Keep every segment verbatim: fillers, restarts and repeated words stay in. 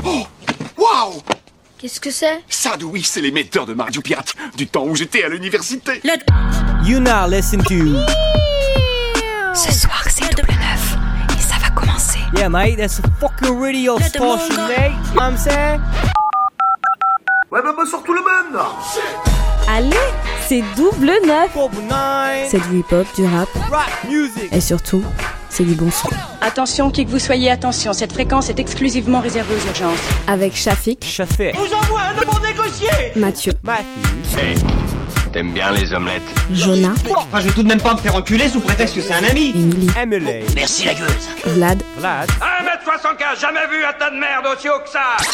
Oh, waouh! Qu'est-ce que c'est? Ça, oui, c'est l'émetteur de Mario Pirate du temps où j'étais à l'université. Le... You now listen to... Ce soir, c'est double neuf et ça va commencer. Yeah, mate, that's a fucking radio station, mate. You know what I'm saying? Ouais, bah bonsoir tout le monde. Allez, c'est double neuf. C'est du hip-hop, du rap, rap music. Et surtout, c'est du bon son. Attention, qui que vous soyez, attention, cette fréquence est exclusivement réservée aux urgences. Avec Shafik, Shafik, Vous envoie un homme pour négocier. Mathieu, Matthew, Hey, t'aimes bien les omelettes? Jonah, Enfin, je vais tout de même pas me faire enculer sous prétexte que c'est un ami. Emily, Emily, Merci la gueuse. Vlad, Vlad, un mètre soixante-quinze, jamais vu un tas de merde aussi haut que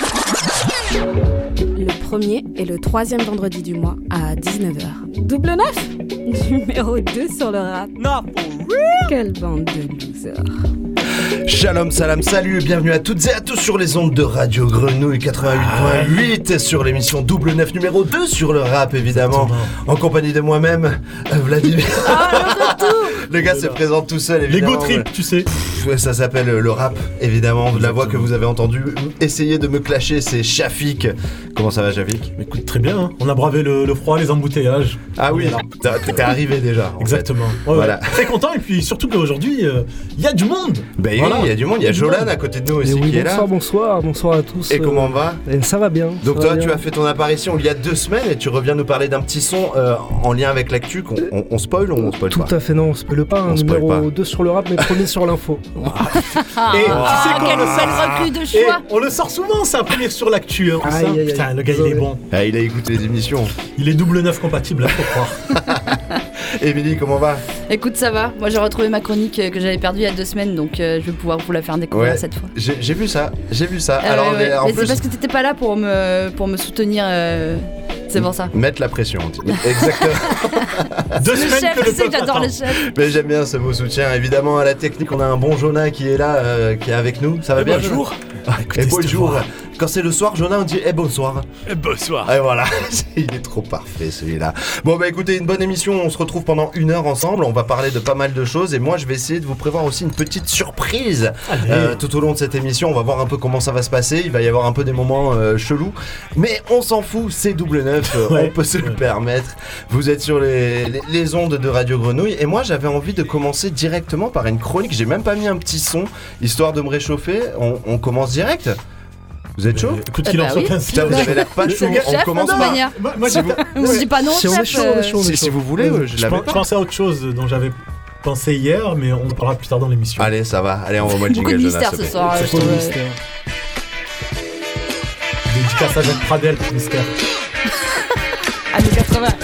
ça. le premier et le troisième vendredi du mois à dix-neuf heures. Double neuf, numéro deux sur le rap. not for real. Quelle bande de losers. Shalom, salam, salut, bienvenue à toutes et à tous sur les ondes de Radio Grenouille quatre-vingt-huit point huit sur l'émission Double neuf numéro deux sur le rap évidemment, en compagnie de moi-même, euh, Vladimir. Ah, le retour. Le gars se présente tout seul évidemment. L'ego trip, tu sais. Ouais, ça s'appelle le rap évidemment, la voix que vous avez entendue. Essayez de me clasher, c'est Shafik. Comment ça va Shafik? Écoute, très bien, hein. On a bravé le, le froid, les embouteillages. Ah oui, t'as- t'es arrivé déjà. en Exactement. Ouais, Voilà. ouais. Très content et puis surtout qu'aujourd'hui, il euh, y a du monde. Ben Voilà. oui, il y a du monde, il y a du Jolan monde. à côté de nous Et aussi oui, qui est là. bonsoir, bonsoir, bonsoir à tous. Et euh, comment on va? et ça va bien. Donc ça toi va tu bien. as fait ton apparition il y a deux semaines et tu reviens nous parler d'un petit son euh, en lien avec l'actu qu'on on, on spoil ou on spoil Tout pas? à fait, non, on spoil pas. On Un spoil numéro pas. deux sur le rap, mais premier sur l'info. Et tu sais Ah, qu'on quelle le belle sort. recrue de Et choix. on le sort souvent, c'est un premier sur l'actu. Hein, Aïe, ça. aïe, aïe. Putain, le gars il est Désolé. bon. Ah, il a écouté les émissions. Il est double neuf compatible, là, faut croire. Émilie, comment va? Écoute, ça va. Moi, j'ai retrouvé ma chronique euh, que j'avais perdue il y a deux semaines, donc euh, je vais pouvoir vous la faire découvrir Ouais. cette fois. J'ai j'ai vu ça, j'ai vu ça. Euh, Alors ouais, ouais. en Mais plus, c'est parce que t'étais pas là pour me, pour me soutenir. euh, C'est pour ça. mettre la pression. on dit. Exactement. Deux Le semaines chef, que tu le sais que peuple j'adore attend. le chef. Mais j'aime bien ce mot soutien. Évidemment à la technique, on a un bon Jonah qui est là, euh, qui est avec nous. Ça va Eh bien? bonjour. Jonah Ah, écoutez, Et cette bonjour. voix. Quand c'est le soir, Jonah, on dit eh bonsoir. Bonsoir. Et voilà, il est trop parfait celui-là. Bon bah écoutez, une bonne émission, on se retrouve pendant une heure ensemble, on va parler de pas mal de choses et moi je vais essayer de vous prévoir aussi une petite surprise euh, tout au long de cette émission. On va voir un peu comment ça va se passer, il va y avoir un peu des moments euh, chelous, mais on s'en fout, c'est double neuf, euh, Ouais. on peut se le Ouais. permettre. Vous êtes sur les, les, les ondes de Radio Grenouille et moi j'avais envie de commencer directement par une chronique, j'ai même pas mis un petit son, histoire de me réchauffer, on, on commence direct. Vous êtes chaud? Mais, Écoute, Eh qu'il bah en soit oui. quinze. Putain, vous avez l'air pas chaud, on Chef, commence de pas. manière. Moi, moi, Si vous, On me dit pas non, Si on est chef. chaud, on est euh, chaud, on est si, chaud. si vous voulez, euh, je je, l'avais pen- je pas. pensais à autre chose dont j'avais pensé hier, mais on en parlera plus tard dans l'émission. Allez, ça va. Allez, on va le Beaucoup de jingle, mystère Jonas, ce s'il te soir. C'est je pas trouve. le mystère. Dédicace à Jacques Pradel, mystère. Années quatre-vingts.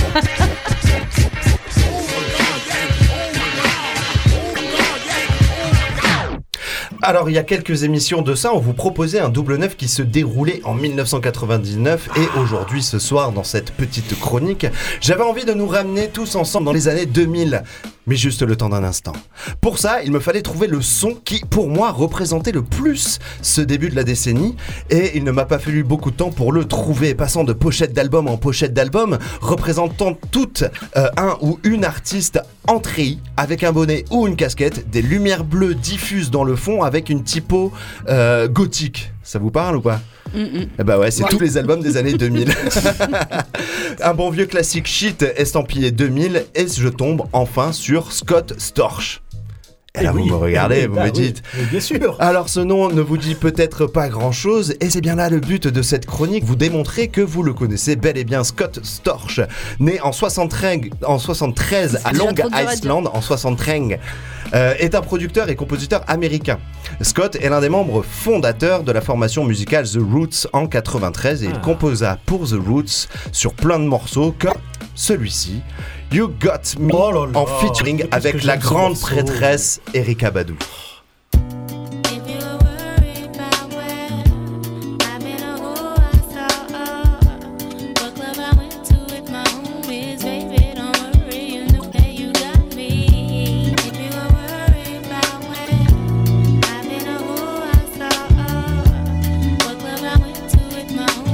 Alors, il y a quelques émissions de ça, on vous proposait un double neuf qui se déroulait en dix-neuf cent quatre-vingt-dix-neuf et aujourd'hui, ce soir, dans cette petite chronique, j'avais envie de nous ramener tous ensemble dans les années deux mille. Mais juste le temps d'un instant. Pour ça, il me fallait trouver le son qui, pour moi, représentait le plus ce début de la décennie. Et il ne m'a pas fallu beaucoup de temps pour le trouver. Passant de pochette d'album en pochette d'album, représentant toutes euh, un ou une artiste en treillis, avec un bonnet ou une casquette, des lumières bleues diffuses dans le fond avec une typo euh, gothique. Ça vous parle ou pas? Mm-mm. Eh bah ouais, c'est tous les albums des années deux mille. Un bon vieux classique shit estampillé deux mille et je tombe enfin sur Scott Storch. Et là, Eh vous oui, me regardez, eh oui, vous bah me oui, dites... mais bien sûr. Alors ce nom ne vous dit peut-être pas grand-chose et c'est bien là le but de cette chronique, vous démontrer que vous le connaissez bel et bien. Scott Storch, né en soixante-treize, en soixante-treize à C'est déjà Long trop dur à dire. Island en soixante-treize, euh, est un producteur et compositeur américain. Scott est l'un des membres fondateurs de la formation musicale The Roots en quatre-vingt-treize et il Ah. composa pour The Roots sur plein de morceaux comme celui-ci, You Got Me, Oh là là, en featuring qu'est-ce avec que la j'aime ce grande morceau. prêtresse Erykah Badu.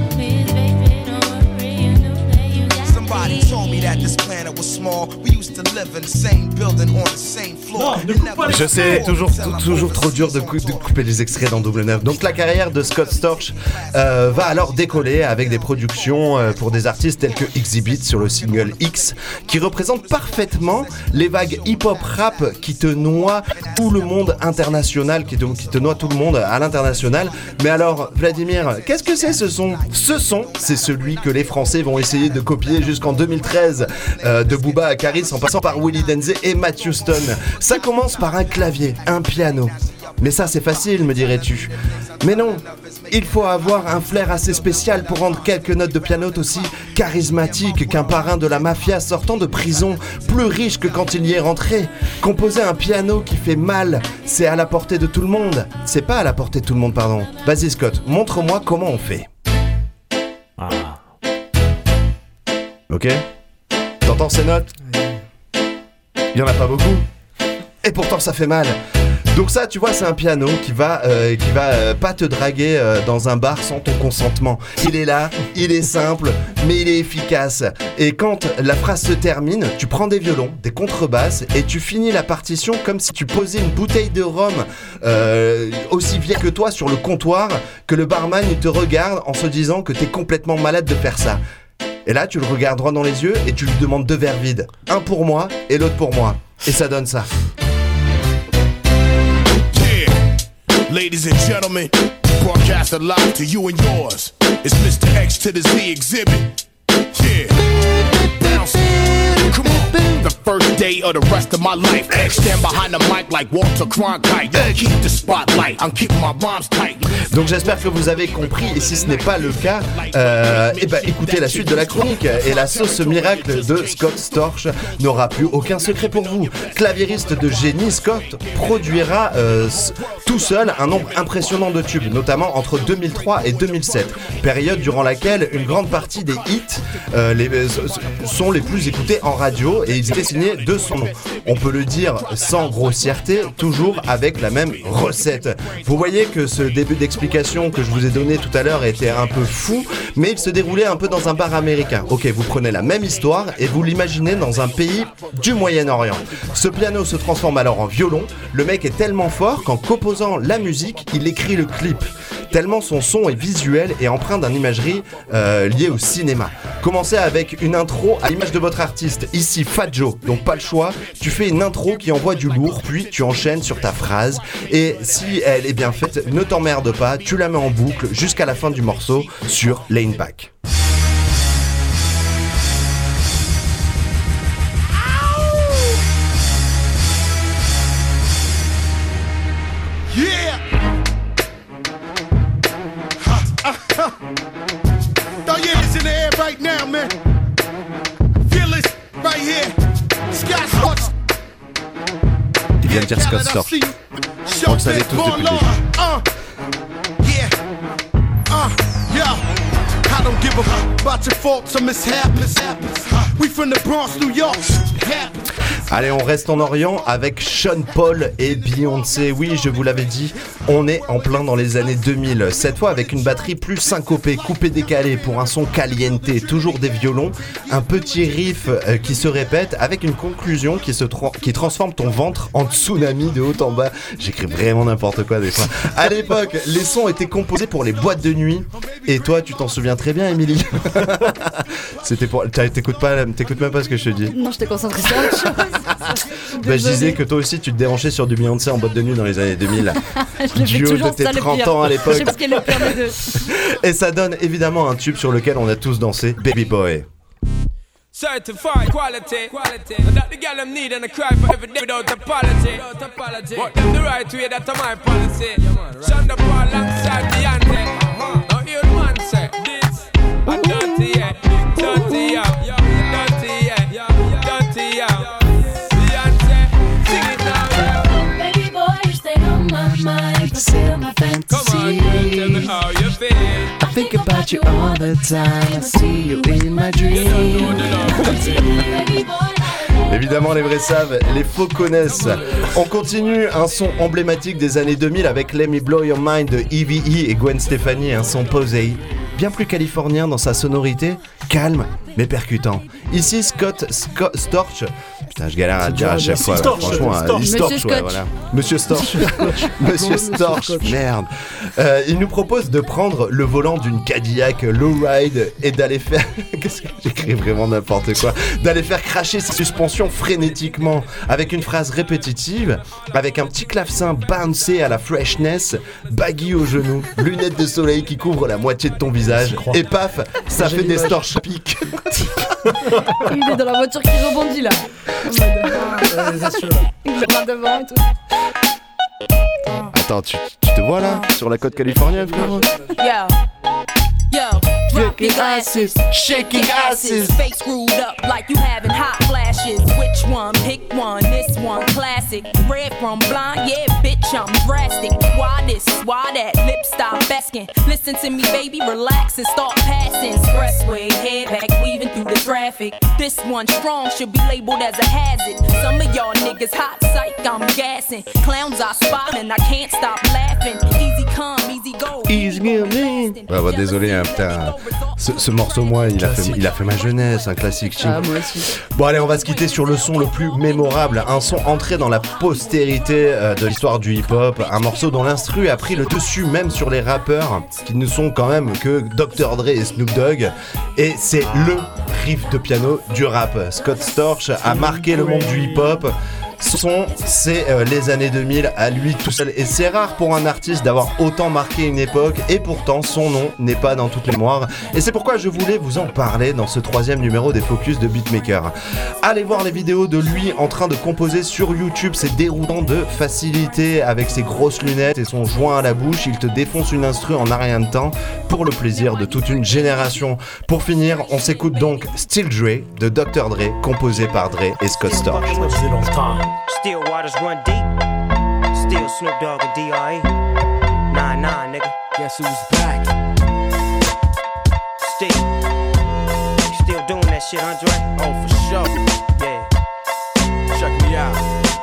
Somebody told me that this planet was small. We used to Je sais, toujours, toujours trop dur de, cou- de couper les extraits dans Double neuf. Donc la carrière de Scott Storch euh, va alors décoller avec des productions euh, pour des artistes tels que Exhibit sur le single X, qui représente parfaitement les vagues hip-hop rap qui te noient tout le monde international, qui te, qui te noient tout le monde à l'international. Mais alors, Vladimir, qu'est-ce que c'est ce son ? Ce son, c'est celui que les Français vont essayer de copier jusqu'en deux mille treize, euh, de Booba à Caris en passant par Willie Denzey et Matt Houston. Ça commence par un clavier, un piano. Mais ça c'est facile, me dirais-tu. Mais non, il faut avoir un flair assez spécial pour rendre quelques notes de piano aussi charismatiques qu'un parrain de la mafia sortant de prison, plus riche que quand il y est rentré. Composer un piano qui fait mal, c'est à la portée de tout le monde. C'est pas à la portée de tout le monde, pardon. Vas-y Scott, montre-moi comment on fait. Ah. Ok ? T'entends ces notes ? Il y en a pas beaucoup. Et pourtant ça fait mal. Donc ça, tu vois, c'est un piano qui va, euh, qui va euh, pas te draguer euh, dans un bar sans ton consentement. Il est là, il est simple, mais il est efficace. Et quand la phrase se termine, tu prends des violons, des contrebasses, et tu finis la partition comme si tu posais une bouteille de rhum euh, aussi vieille que toi sur le comptoir, que le barman il te regarde en se disant que t'es complètement malade de faire ça. Et là, tu le regardes droit dans les yeux et tu lui demandes deux verres vides. Un pour moi et l'autre pour moi. Et ça donne ça. Ladies and gentlemen, broadcast live to you and yours. It's Mister X to the Z exhibit. Yeah. Bounce. Come on. The first day of the rest of my life. X stand behind the mic like Walter Cronkite. Yo, keep the spotlight. I'm keeping my bombs tight. Donc j'espère que vous avez compris, et si ce n'est pas le cas, euh, eh ben, écoutez la suite de la chronique. Et la sauce miracle de Scott Storch n'aura plus aucun secret pour vous. Claviériste de génie, Scott produira euh, tout seul un nombre impressionnant de tubes, notamment entre deux mille trois et deux mille sept, période durant laquelle une grande partie des hits euh, les, euh, sont les plus écoutés en radio, et ils étaient signés de son nom. On peut le dire sans grossièreté, toujours avec la même recette. Vous voyez que ce début d'explication que je vous ai donné tout à l'heure était un peu fou, mais il se déroulait un peu dans un bar américain. Ok, vous prenez la même histoire et vous l'imaginez dans un pays du Moyen-Orient. Ce piano se transforme alors en violon. Le mec est tellement fort qu'en composant la musique, il écrit le clip. Tellement son son est visuel et empreint d'une imagerie euh, liée au cinéma. Commencez avec une intro à l'image de votre artiste, ici Fat Joe, donc pas le choix, tu fais une intro qui envoie du lourd, puis tu enchaînes sur ta phrase, et si elle est bien faite, ne t'emmerde pas, tu la mets en boucle jusqu'à la fin du morceau sur Lane Back. Il vient de dire Scott Storch. On le savait tous depuis le début. Allez, on reste en Orient avec Sean Paul et Beyoncé. Oui, je vous l'avais dit, on est en plein dans les années deux mille. Cette fois avec une batterie plus syncopée, coupée décalée pour un son caliente, toujours des violons, un petit riff euh, qui se répète avec une conclusion qui, se tra- qui transforme ton ventre en tsunami de haut en bas. J'écris vraiment n'importe quoi des fois. À l'époque, les sons étaient composés pour les boîtes de nuit. Et toi, tu t'en souviens très bien, Émilie. C'était pour... T'écoutes pas, t'écoutes même pas ce que je te dis. Non, je t'ai concentré sur autre chose. Bah, je disais que toi aussi tu te déhanchais sur du Beyoncé en boîte de nuit dans les années deux mille. Duo de tes trente ans à l'époque. Je sais pas ce qu'est le pire des deux. Et ça donne évidemment un tube sur lequel on a tous dansé, Baby Boy. Certified quality, quality. That the girl them need and I cry for every day without apology. Without apology. But them the right way, that's my policy. Shonda Paul alongside Beyonce. Now you man say this a dirty yeah, dirty yeah, dirty yeah, dirty yeah. Beyonce, sing it now. Baby boy, you stay on my mind, fulfill my fantasy. Come on, girl, tell me how you feel. I think about you all the time. I see you in my dreams. Évidemment, les vrais savent, les faux connaissent. On continue un son emblématique des années deux mille avec Let Me Blow Your Mind de E V E et Gwen Stefani, un son posé, bien plus californien dans sa sonorité, calme mais percutant. Ici, Scott, Scott Storch. Putain, je galère à dire à chaque fois, là, franchement. Storch. Storch, Monsieur ouais, Scotch. voilà. Monsieur Storch. Monsieur Storch, merde. Euh, il nous propose de prendre le volant d'une Cadillac lowride et d'aller faire... Qu'est-ce que j'écris vraiment n'importe quoi. D'aller faire cracher ses suspensions frénétiquement avec une phrase répétitive, avec un petit clavecin bouncy à la freshness, baggy au genou, lunettes de soleil qui couvrent la moitié de ton visage, et paf, ça fait des Storch pics. Il est dans la voiture qui rebondit là. Ouais, c'est sûr. Il est droit devant et tout. Attends, tu, tu te vois là, sur la côte californienne, frérot? Yo, yo, drop your glasses, shake your asses, face screwed up like you having hot flashes. Which one? Pick one. This one classic. Red from blind, yeah, bitch, I'm drastic. Why this? Why that? Lip stop asking. Listen to me, baby, relax and start passing. Expressway, head back, weaving through the traffic. This one strong should be labeled as a hazard. Some of y'all niggas hot psych, I'm gassing. Clowns I spot and I can't stop laughing. Easy come, easy go. Easy go, man. Ouais, bah, désolé, hein, putain. Ce, ce morceau, moi, il a, fait, il a fait ma jeunesse, un classique. Ah, moi aussi. Bon, allez, on va se quitter sur le son le plus mémorable. Un son entré dans la postérité euh, de l'histoire du hip-hop. Un morceau dont l'instru a pris le dessus même sur les rappeurs, qui ne sont quand même que docteur Dre et Snoop Dogg. Et c'est le riff de piano du rap. Scott Storch a marqué le monde du hip-hop. Son, c'est euh, les années deux mille à lui tout seul. Et c'est rare pour un artiste d'avoir autant marqué une époque. Et pourtant, son nom n'est pas dans toutes les mémoires. Et c'est pourquoi je voulais vous en parler dans ce troisième numéro des Focus de Beatmaker. Allez voir les vidéos de lui en train de composer sur YouTube. C'est déroutant de facilité. Avec ses grosses lunettes et son joint à la bouche, il te défonce une instru en un rien de temps pour le plaisir de toute une génération. Pour finir, on s'écoute donc Still Dre de docteur Dre, composé par Dre et Scott Storch. Still waters run deep. Still Snoop Dogg and D R E. Nah, nah, nigga. Guess who's back? Still. You still doing that shit, Andre? Oh, for sure. Yeah. Check me out.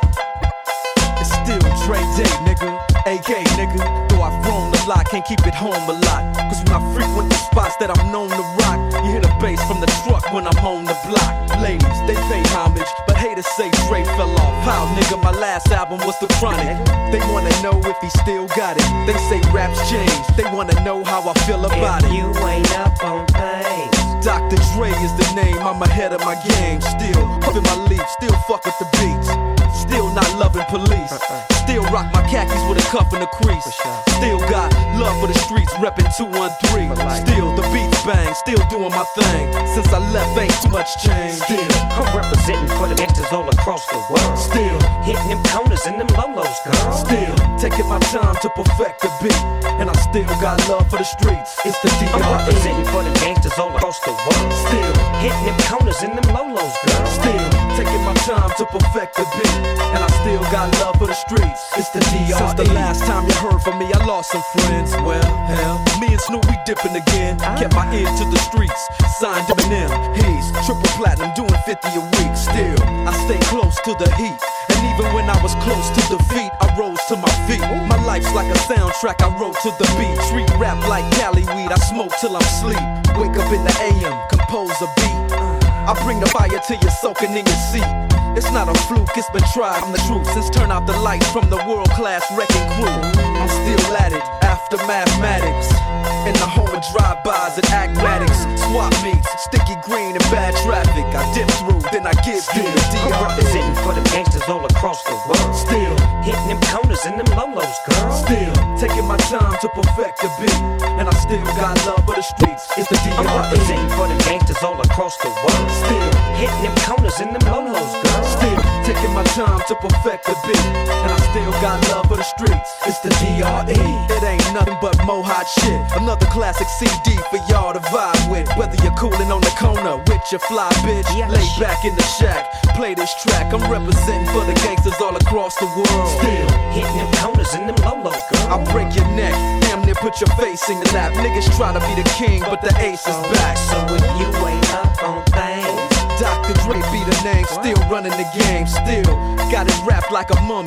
It's still Dre Day, nigga. A K, nigga. Though I've grown a lot, can't keep it home a lot. Cause when I frequent the spots that I'm known to rock, you hear the bass from the truck when I'm on the block. Ladies, they pay homage, but haters say Dre fell off. How, nigga, my last album was The Chronic. They wanna know if he still got it. They say raps change, they wanna know how I feel about if it. You ain't up on things. Doctor Dre is the name, I'm ahead of my game. Still puffin' my leaf, still fuck with the beats. Still not loving police. Still rock my khakis with a cuff and a crease. Still got love for the streets, reppin' two one three. Still the beats bang, still doing my thing. Since I left, ain't too much change. Still, I'm representing for the gangsters all across the world. Still, hitting them corners and them lolos, girl. Still, taking my time to perfect the beat. And I still got love for the streets. It's the D R E. I'm representing for the gangsters all across the world. Still, hitting them corners and them lolos, girl. Still, taking my time to perfect the beat. And I still got love for the streets. It's the D R E. Since the last time you heard from me, I lost some friends. Well, hell, me and Snoop, we dipping again. Kept my ear to the streets. Signed Eminem. He's triple platinum, doing fifty a week. Still, I stay close to the heat. And even when I was close to defeat, I rose to my feet. My life's like a soundtrack, I wrote to the beat. Treat rap like Cali weed, I smoke till I'm sleep. Wake up in the A M, compose a beat. I bring the fire till you're soaking in your seat. It's not a fluke, it's been tried, I'm the truth. Since turn out the lights from the world-class wrecking crew, I'm still at it, after mathematics. In the home of drive-bys and acmatics. Swap meets, sticky green and bad traffic. I dip through, then I give you the D R E. I'm representing for the gangsters all across the world. Still, hitting them corners and them lolos, girl. Still, taking my time to perfect the beat. And I still got love for the streets. It's the D R E. I'm representing for the gangsters all across the world. Still, hitting them corners and them lolos, girl. Still, taking my time to perfect the beat. And I still got love for the streets. It's the D R E. It ain't nothing but mo hot shit. Another classic C D for y'all to vibe with. Whether you're coolin' on the corner with your fly bitch, lay back in the shack, play this track. I'm representing for the gangsters all across the world. Still, hitting them corners and them lolos, girl. I'll break your neck, damn near put your face in the lap. Niggas try to be the king, but the ace is back. So if you ain't up on things, Doctor Dre be the name, still running the game. Still got it wrapped like a mummy.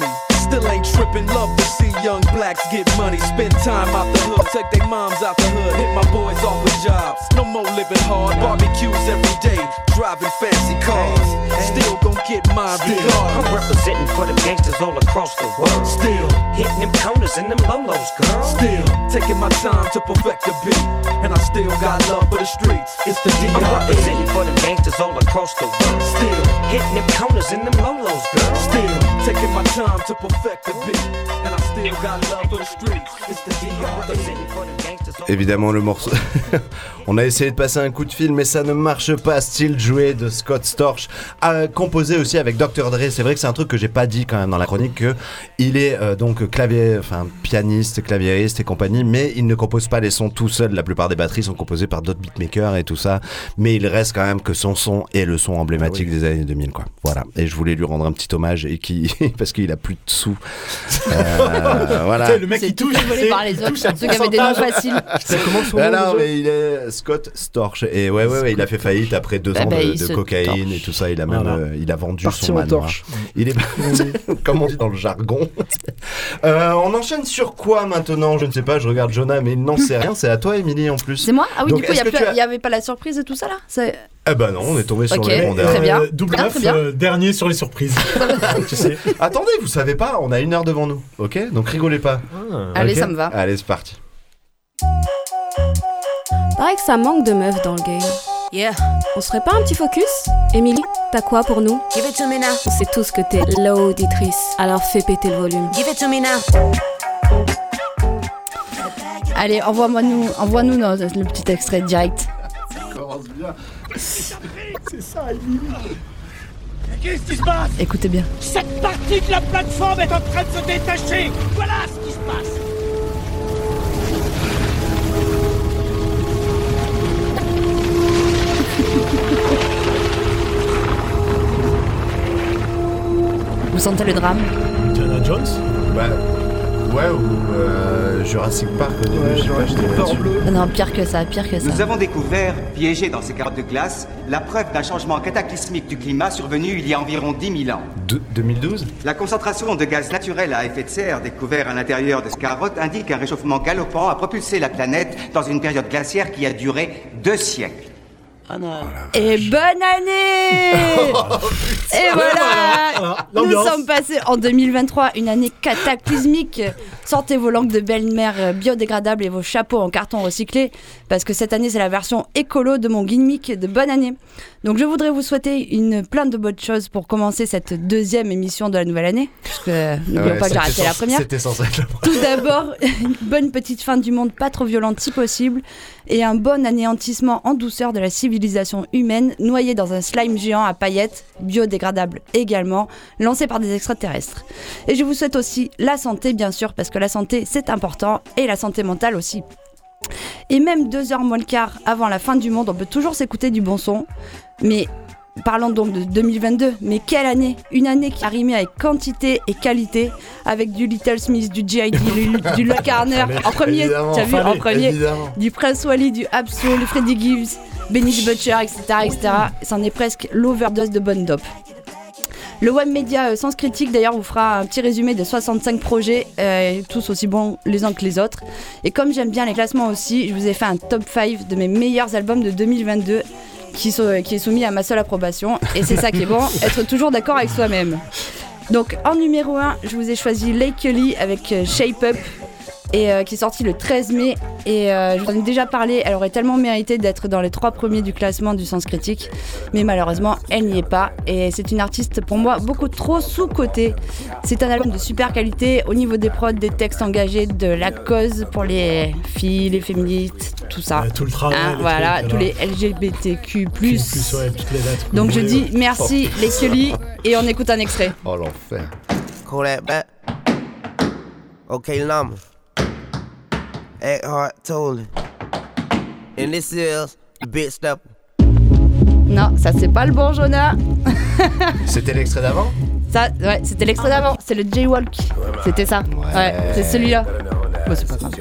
Still ain't tripping, love to see young blacks get money. Spend time out the hood, take their moms out the hood. Hit my boys off with jobs, no more living hard. Barbecues every day, driving fancy cars. Still gon' get mine regardless. I'm representing for them gangsters all across the world. Still hitting them corners and them lolos, girl. Still taking my time to perfect the beat, and I still got love for the streets. It's the D R E. I'm representing for them gangsters all across the world. Still hitting them corners and them lolos, girl. Still taking my time to perfect the beat, and I still got love for the streets. It's the D R E. Évidemment, le morceau. On a essayé de passer un coup de fil, mais ça ne marche pas. Style joué de Scott Storch, a composé aussi avec docteur Dre. C'est vrai que c'est un truc que j'ai pas dit quand même dans la chronique, que il est euh, donc clavier, enfin pianiste, claviériste et compagnie, mais il ne compose pas les sons tout seul. La plupart des batteries sont composées par d'autres beatmakers et tout ça, mais il reste quand même que son son est le son emblématique ah oui. des années deux mille, quoi. Voilà. Et je voulais lui rendre un petit hommage et qui parce qu'il a plus de sous. Euh, voilà. Le mec c'est qui touche, volé par les autres, ceux qui avaient des noms faciles. Ça commence son ah nom, non, mais il est Scott Storch et ouais ouais, ouais il a fait faillite après deux bah ans bah de, de cocaïne torche. Et tout ça. Il a même voilà. euh, il a vendu Parti son manoir. Il est comme on dit dans le jargon. Euh, on enchaîne sur quoi maintenant? Je ne sais pas. Je regarde Jonah, mais il n'en sait rien. C'est à toi, Émilie, en plus. C'est moi. Ah oui. Donc, du coup, il y, as... y avait pas la surprise et tout ça là. C'est... Eh ben non, on est tombé sur okay, le répondeur. Très bien. Euh, double ah, neuf, euh, dernier sur les surprises. Tu sais. Attendez, vous savez pas, on a une heure devant nous, ok? Donc rigolez pas. Ah. Allez, okay, ça me va. Allez, c'est parti. Paraît que ça manque de meufs dans le game. Yeah. On se ferait pas un petit focus? Émilie, t'as quoi pour nous? Give it to me now. On sait tous que t'es l'auditrice, alors fais péter le volume. Give it to me now. Allez, envoie-moi nous, envoie-nous le petit extrait direct. Ça commence bien. C'est ça, Émilie. Qu'est-ce qui se passe? Écoutez bien. Cette partie de la plateforme est en train de se détacher. Voilà ce qui se passe. Vous sentez le drame? Indiana Jones? Bah, ouais, ou euh, Jurassic Park au début, ouais, je sais pas, j'étais là-dessus. Non, pire que ça, pire que ça. Nous avons découvert, piégés dans ces carottes de glace, la preuve d'un changement cataclysmique du climat survenu il y a environ dix mille ans. De- deux mille douze? La concentration de gaz naturel à effet de serre découvert à l'intérieur de ces carottes indique qu'un réchauffement galopant a propulsé la planète dans une période glaciaire qui a duré deux siècles. Oh et bonne année. Et voilà, voilà. Nous sommes passés en deux mille vingt-trois, une année cataclysmique. Sortez vos langues de belle-mère biodégradables et vos chapeaux en carton recyclé, parce que cette année c'est la version écolo de mon gimmick de bonne année. Donc je voudrais vous souhaiter une plein de bonnes choses pour commencer cette deuxième émission de la nouvelle année, parce que n'oublions ouais, pas que j'ai raté la première. C'était censé être la première. Tout d'abord, une bonne petite fin du monde, pas trop violente si possible, et un bon anéantissement en douceur de la civilisation humaine, noyée dans un slime géant à paillettes, biodégradable également, lancé par des extraterrestres. Et je vous souhaite aussi la santé, bien sûr, parce que la santé c'est important, et la santé mentale aussi. Et même deux heures moins le quart avant la fin du monde, on peut toujours s'écouter du bon son, mais... Parlons donc de deux mille vingt-deux, mais quelle année! Une année qui a rimé avec quantité et qualité, avec du Little Smith, du G I D, du, du Luck Arner, en premier, t'as vu, en premier, évidemment. Du Prince Wally, du Absol, Freddie Gibbs, Benny Butcher, et cetera, et cetera. C'en est presque l'overdose de bonne dope. Le web média euh, Sens Critique d'ailleurs vous fera un petit résumé de soixante-cinq projets, euh, tous aussi bons les uns que les autres. Et comme j'aime bien les classements aussi, je vous ai fait un top cinq de mes meilleurs albums de deux mille vingt-deux. Qui, so, qui est soumis à ma seule approbation, et c'est ça qui est bon, être toujours d'accord avec soi-même. Donc en numéro un, je vous ai choisi Lake Kelly avec euh, Shape Up, et euh, qui est sorti le treize mai, et euh, je vous en ai déjà parlé, elle aurait tellement mérité d'être dans les trois premiers du classement du Sens Critique, mais malheureusement elle n'y est pas, et c'est une artiste pour moi beaucoup trop sous-cotée. C'est un album de super qualité au niveau des prods, des textes engagés, de la cause pour les filles, les féministes, tout ça. Euh, tout le travail, hein, les voilà, trucs, tous alors. les L G B T Q plus. plus ouais, toutes les lettres. Donc je voulez, dis ouais. merci Oh. les Kelly, et on écoute un extrait. Oh l'enfer. Call that back. Okay, Llama. Eckhart Tolle. And this is the Big Stepper. Non, ça c'est pas le bon Jonah. C'était l'extrait d'avant? Ça, ouais, c'était l'extrait d'avant, c'est le Jaywalk. C'était ça. Ouais, ouais c'est celui-là. Bon, c'est pas grave.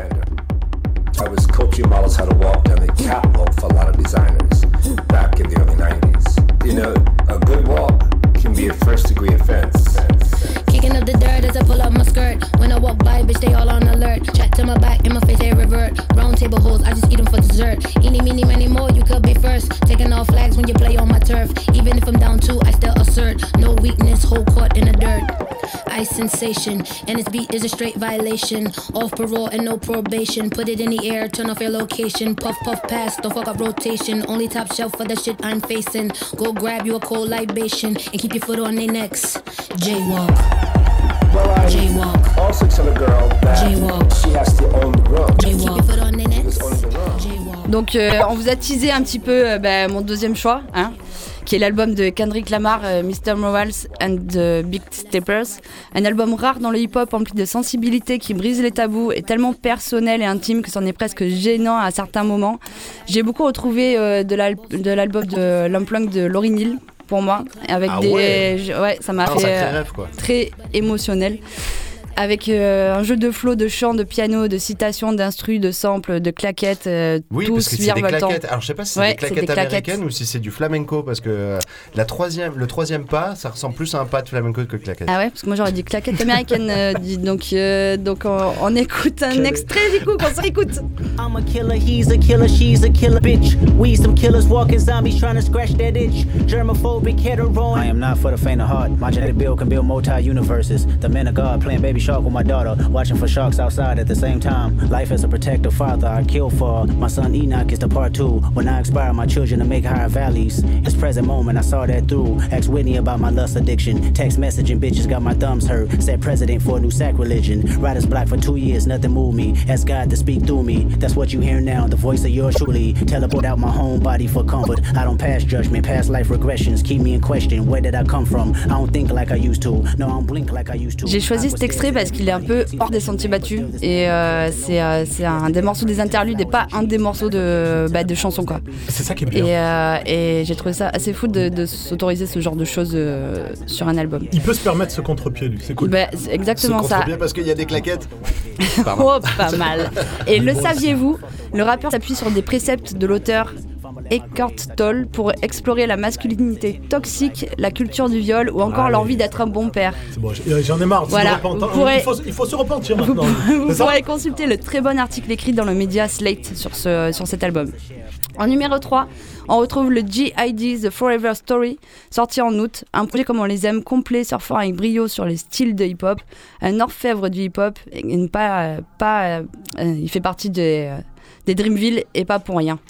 I was coaching models how to walk down the catwalk for a lot of designers back in the early nineties. You know, a good walk can be a first degree offense. Kicking up the dirt as I pull up my skirt. When I walk by, bitch, they all on alert. Chat to my back, in my face, they revert. Round table hoes, I just eat them for dessert. Eeny, meeny, many more, you could be first. Taking off flags when you play on my turf. Even if I'm down two, I still assert. No weakness, whole court in the dirt. Ice sensation, and its beat is a straight violation. Off parole and no probation. Put it in the air, turn off your location. Puff, puff, pass, don't fuck up rotation. Only top shelf for the shit I'm facing. Go grab you a cold libation and keep your foot on their necks. Jaywalk. Well, I Jaywalk. also tell a girl that Jaywalk. she has to own the room. Keep your foot on their necks. Donc euh, on vous a teasé un petit peu euh, bah, mon deuxième choix, hein, qui est l'album de Kendrick Lamar, euh, mister Morals and the Big Steppers. Un album rare dans le hip-hop, empli de sensibilité, qui brise les tabous, est tellement personnel et intime que c'en est presque gênant à certains moments. J'ai beaucoup retrouvé euh, de, l'al- de l'album de l'Unplugged de Lauryn Hill, pour moi, avec Ah des... ouais. ouais, ça m'a Ah, fait sacré euh, rêve, quoi. très émotionnel. Avec euh, un jeu de flow, de chant, de piano, de citations, d'instrus, de samples, de claquettes, euh, Oui, tous parce que c'est des virevoltants. claquettes. Alors je sais pas si c'est Ouais, des claquettes c'est des claquettes. américaines ou si c'est du flamenco, parce que euh, la troisième, le troisième pas, ça ressemble plus à un pas de flamenco que de claquettes. Ah ouais, parce que moi j'aurais dit claquettes américaines. euh, dit- donc euh, donc on, on écoute un extrait du coup, qu'on se réécoute. I'm a killer, he's a killer, she's a killer bitch. We some killers walking zombies trying to scratch that itch. Germophobic, hetero. I am not for the faint of heart. My genetic build can build multi-universes. The man of God playing baby shark with my daughter, watching for sharks outside at the same time. Life as a protective father, I kill for my son Enoch is the part two. When I inspire my children to make higher valleys. This present moment, I saw that through. Asked Whitney about my lust addiction. Text messaging bitches got my thumbs hurt. Said president for a new sacrilegion. Writer's block for two years, nothing moved me. Asked God to speak through me. That's what you hear now, the voice of yours truly. Teleport out my home body for comfort. I don't pass judgment, past life regressions. Keep me in question, where did I come from? I don't think like I used to. No, I don't blink like I used to. J'ai choisi cet extrait parce qu'il est un peu hors des sentiers battus et euh, c'est, euh, c'est un des morceaux des interludes et pas un des morceaux de, bah, de chansons quoi. C'est ça qui est bien. Et, euh, et j'ai trouvé ça assez fou de, de s'autoriser ce genre de choses euh, sur un album. Il peut se permettre ce contre-pied, lui, c'est cool. Bah, c'est exactement Ce ça. contre-pied parce qu'il y a des claquettes. Oh, pas mal. Et le saviez-vous, le rappeur s'appuie sur des préceptes de l'auteur Eckhart Tolle pour explorer la masculinité toxique, la culture du viol ou encore Allez. l'envie d'être un bon père. C'est bon, j'en ai marre. Voilà, Voilà. vous pourrez- il, faut, il faut se repentir Vous, maintenant. vous C'est ça pourrez consulter le très bon article écrit dans le média Slate sur, ce, sur cet album. En numéro trois, on retrouve le G I D The Forever Story, sorti en août. Un projet comme on les aime, complet, surfant avec brio sur les styles de hip-hop. Un orfèvre du hip-hop. Et une pas, euh, pas, euh, euh, il fait partie des, euh, des Dreamville et pas pour rien.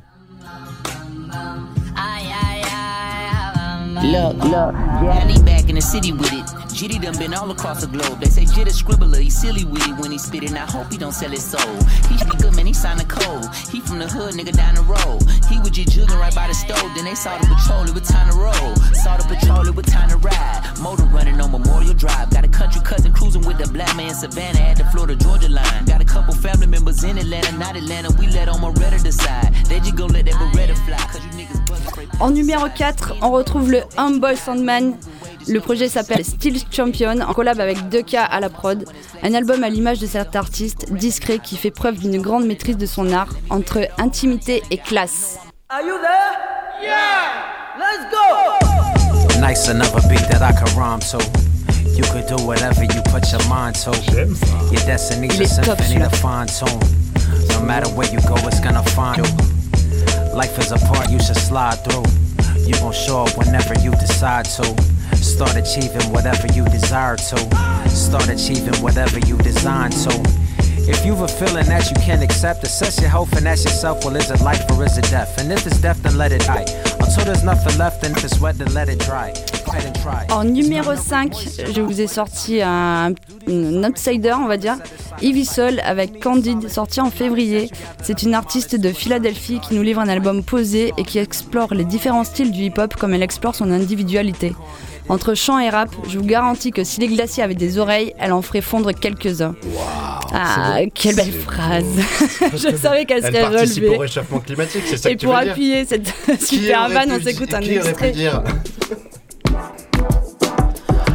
Look, look, Jelly back in the city with it. Jitty done been all across the globe. They say Jit a scribbler, he silly with it when he spit it. I hope he don't sell his soul. He should be good, man, he signed a code. He from the hood, nigga, down the road. He was just jugging right by the stove. Then they saw the patrol, it was time to roll. Saw the patrol, it was time to ride. Motor running on Memorial Drive. Got a country cousin cruising with the black man Savannah at the Florida Georgia line. Got a couple family members in Atlanta, not Atlanta. We let on Moretta decide. They just gon' let that Beretta fly. Cause you niggas bust straight. En numéro quatre, on retrouve le Humble Sandman. Le projet s'appelle Steel Champion, en collab avec deux K à la prod. Un album à l'image de cet artiste, discret, qui fait preuve d'une grande maîtrise de son art, entre intimité et classe. Are you there? Yeah! Let's go! Nice another beat that I can rhyme to. You could do whatever you put your mind to. Your destiny's a symphony to fine tune. No matter where you go, it's gonna find you. Life is a part you should slide through. You gon' show up whenever you decide to. Start achieving whatever you desire to. Start achieving whatever you design to. If you've a feeling that you can't accept, assess your health and ask yourself, well, is it life or is it death? And if it's death, then let it die. Until there's nothing left, and if it's wet, then let it dry. Go ahead and try. En numéro cinq, je vous ai sorti un, un outsider, on va dire, Ivy Soul avec Candide, sorti en février. C'est une artiste de Philadelphie qui nous livre un album posé et qui explore les différents styles du hip-hop comme elle explore son individualité. Entre chant et rap, je vous garantis que si les glaciers avaient des oreilles, elle en ferait fondre quelques-uns. Wow, ah, quelle belle phrase. Je savais qu'elle serait relevée. Elle participe relevée. au réchauffement climatique, c'est ça et que tu pour veux dire. appuyer cette super vanne, on s'écoute un qui extrait. Aurait pu dire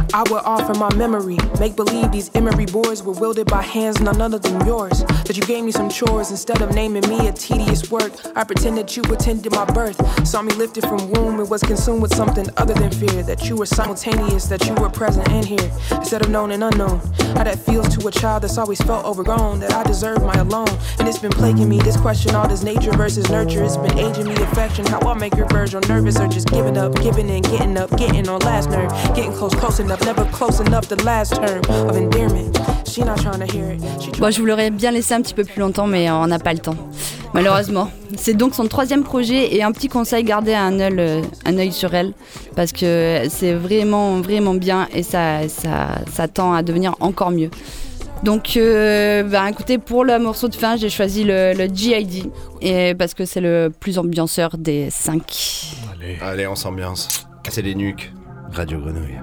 I would offer my memory. Make believe these emery boards were wielded by hands none other than yours. That you gave me some chores instead of naming me a tedious work. I pretended you attended my birth. Saw me lifted from womb and was consumed with something other than fear. That you were simultaneous, that you were present and here. Instead of known and unknown. How that feels to a child that's always felt overgrown. That I deserve my alone. And it's been plaguing me. This question, all this nature versus nurture. It's been aging me affection. How I make your Virgil nervous or just giving up, giving in, getting up, getting on last nerve. Getting close, close enough, never close enough. The last term of endearment. She not trying to hear it. Bon, je vous l'aurais bien laissé un petit peu plus longtemps, mais on n'a pas le temps, malheureusement. C'est donc son troisième projet et un petit conseil, gardez un œil, euh, un œil sur elle parce que c'est vraiment, vraiment bien et ça, ça, ça tend à devenir encore mieux. Donc, euh, bah, écoutez, pour le morceau de fin, j'ai choisi le, le G I D et parce que c'est le plus ambianceur des cinq. Allez, Allez on s'ambiance. Cassez les nuques. Radio Grenouille.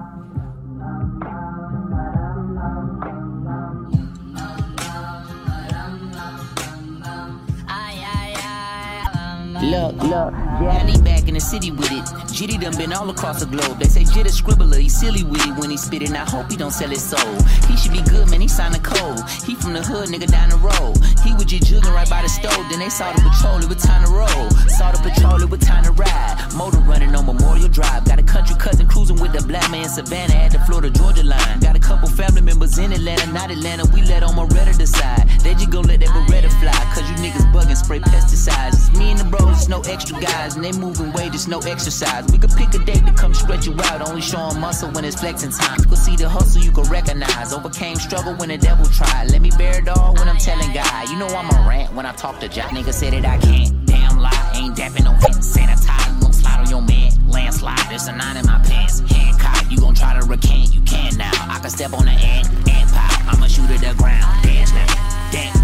Look, look, Johnny back in the city with it. Jitty done been all across the globe. They say Jit a scribbler, he silly with it when he spit it. And I hope he don't sell his soul. He should be good, man, he signed a code. He from the hood, nigga, down the road. He was just jugging right by the stove. Then they saw the patrol, it was time to roll. Saw the patrol, it was time to ride. Motor running on Memorial Drive. Got a country cousin cruising with the black man Savannah at the Florida Georgia line. Got a couple family members in Atlanta, not Atlanta. We let on Moretta decide. They just gon' let that Beretta fly. Cause you niggas bugging, spray pesticides. It's me and the bros. There's no extra guys and they moving weight, there's no exercise. We could pick a date to come stretch you out, only showing muscle when it's flexing time. You can see the hustle, you can recognize. Overcame struggle when the devil tried. Let me bear it all when I'm telling God. You know I'm a rant when I talk to Jack. Nigga said that I can't. Damn lie, ain't dapping no hand. Sanitize, gon' slide on your man. Landslide, there's a nine in my pants. Hand cocked, you gon' try to recant. You can now. I can step on the ant, ant pop. I'ma shoot at the ground. Dance now, dance.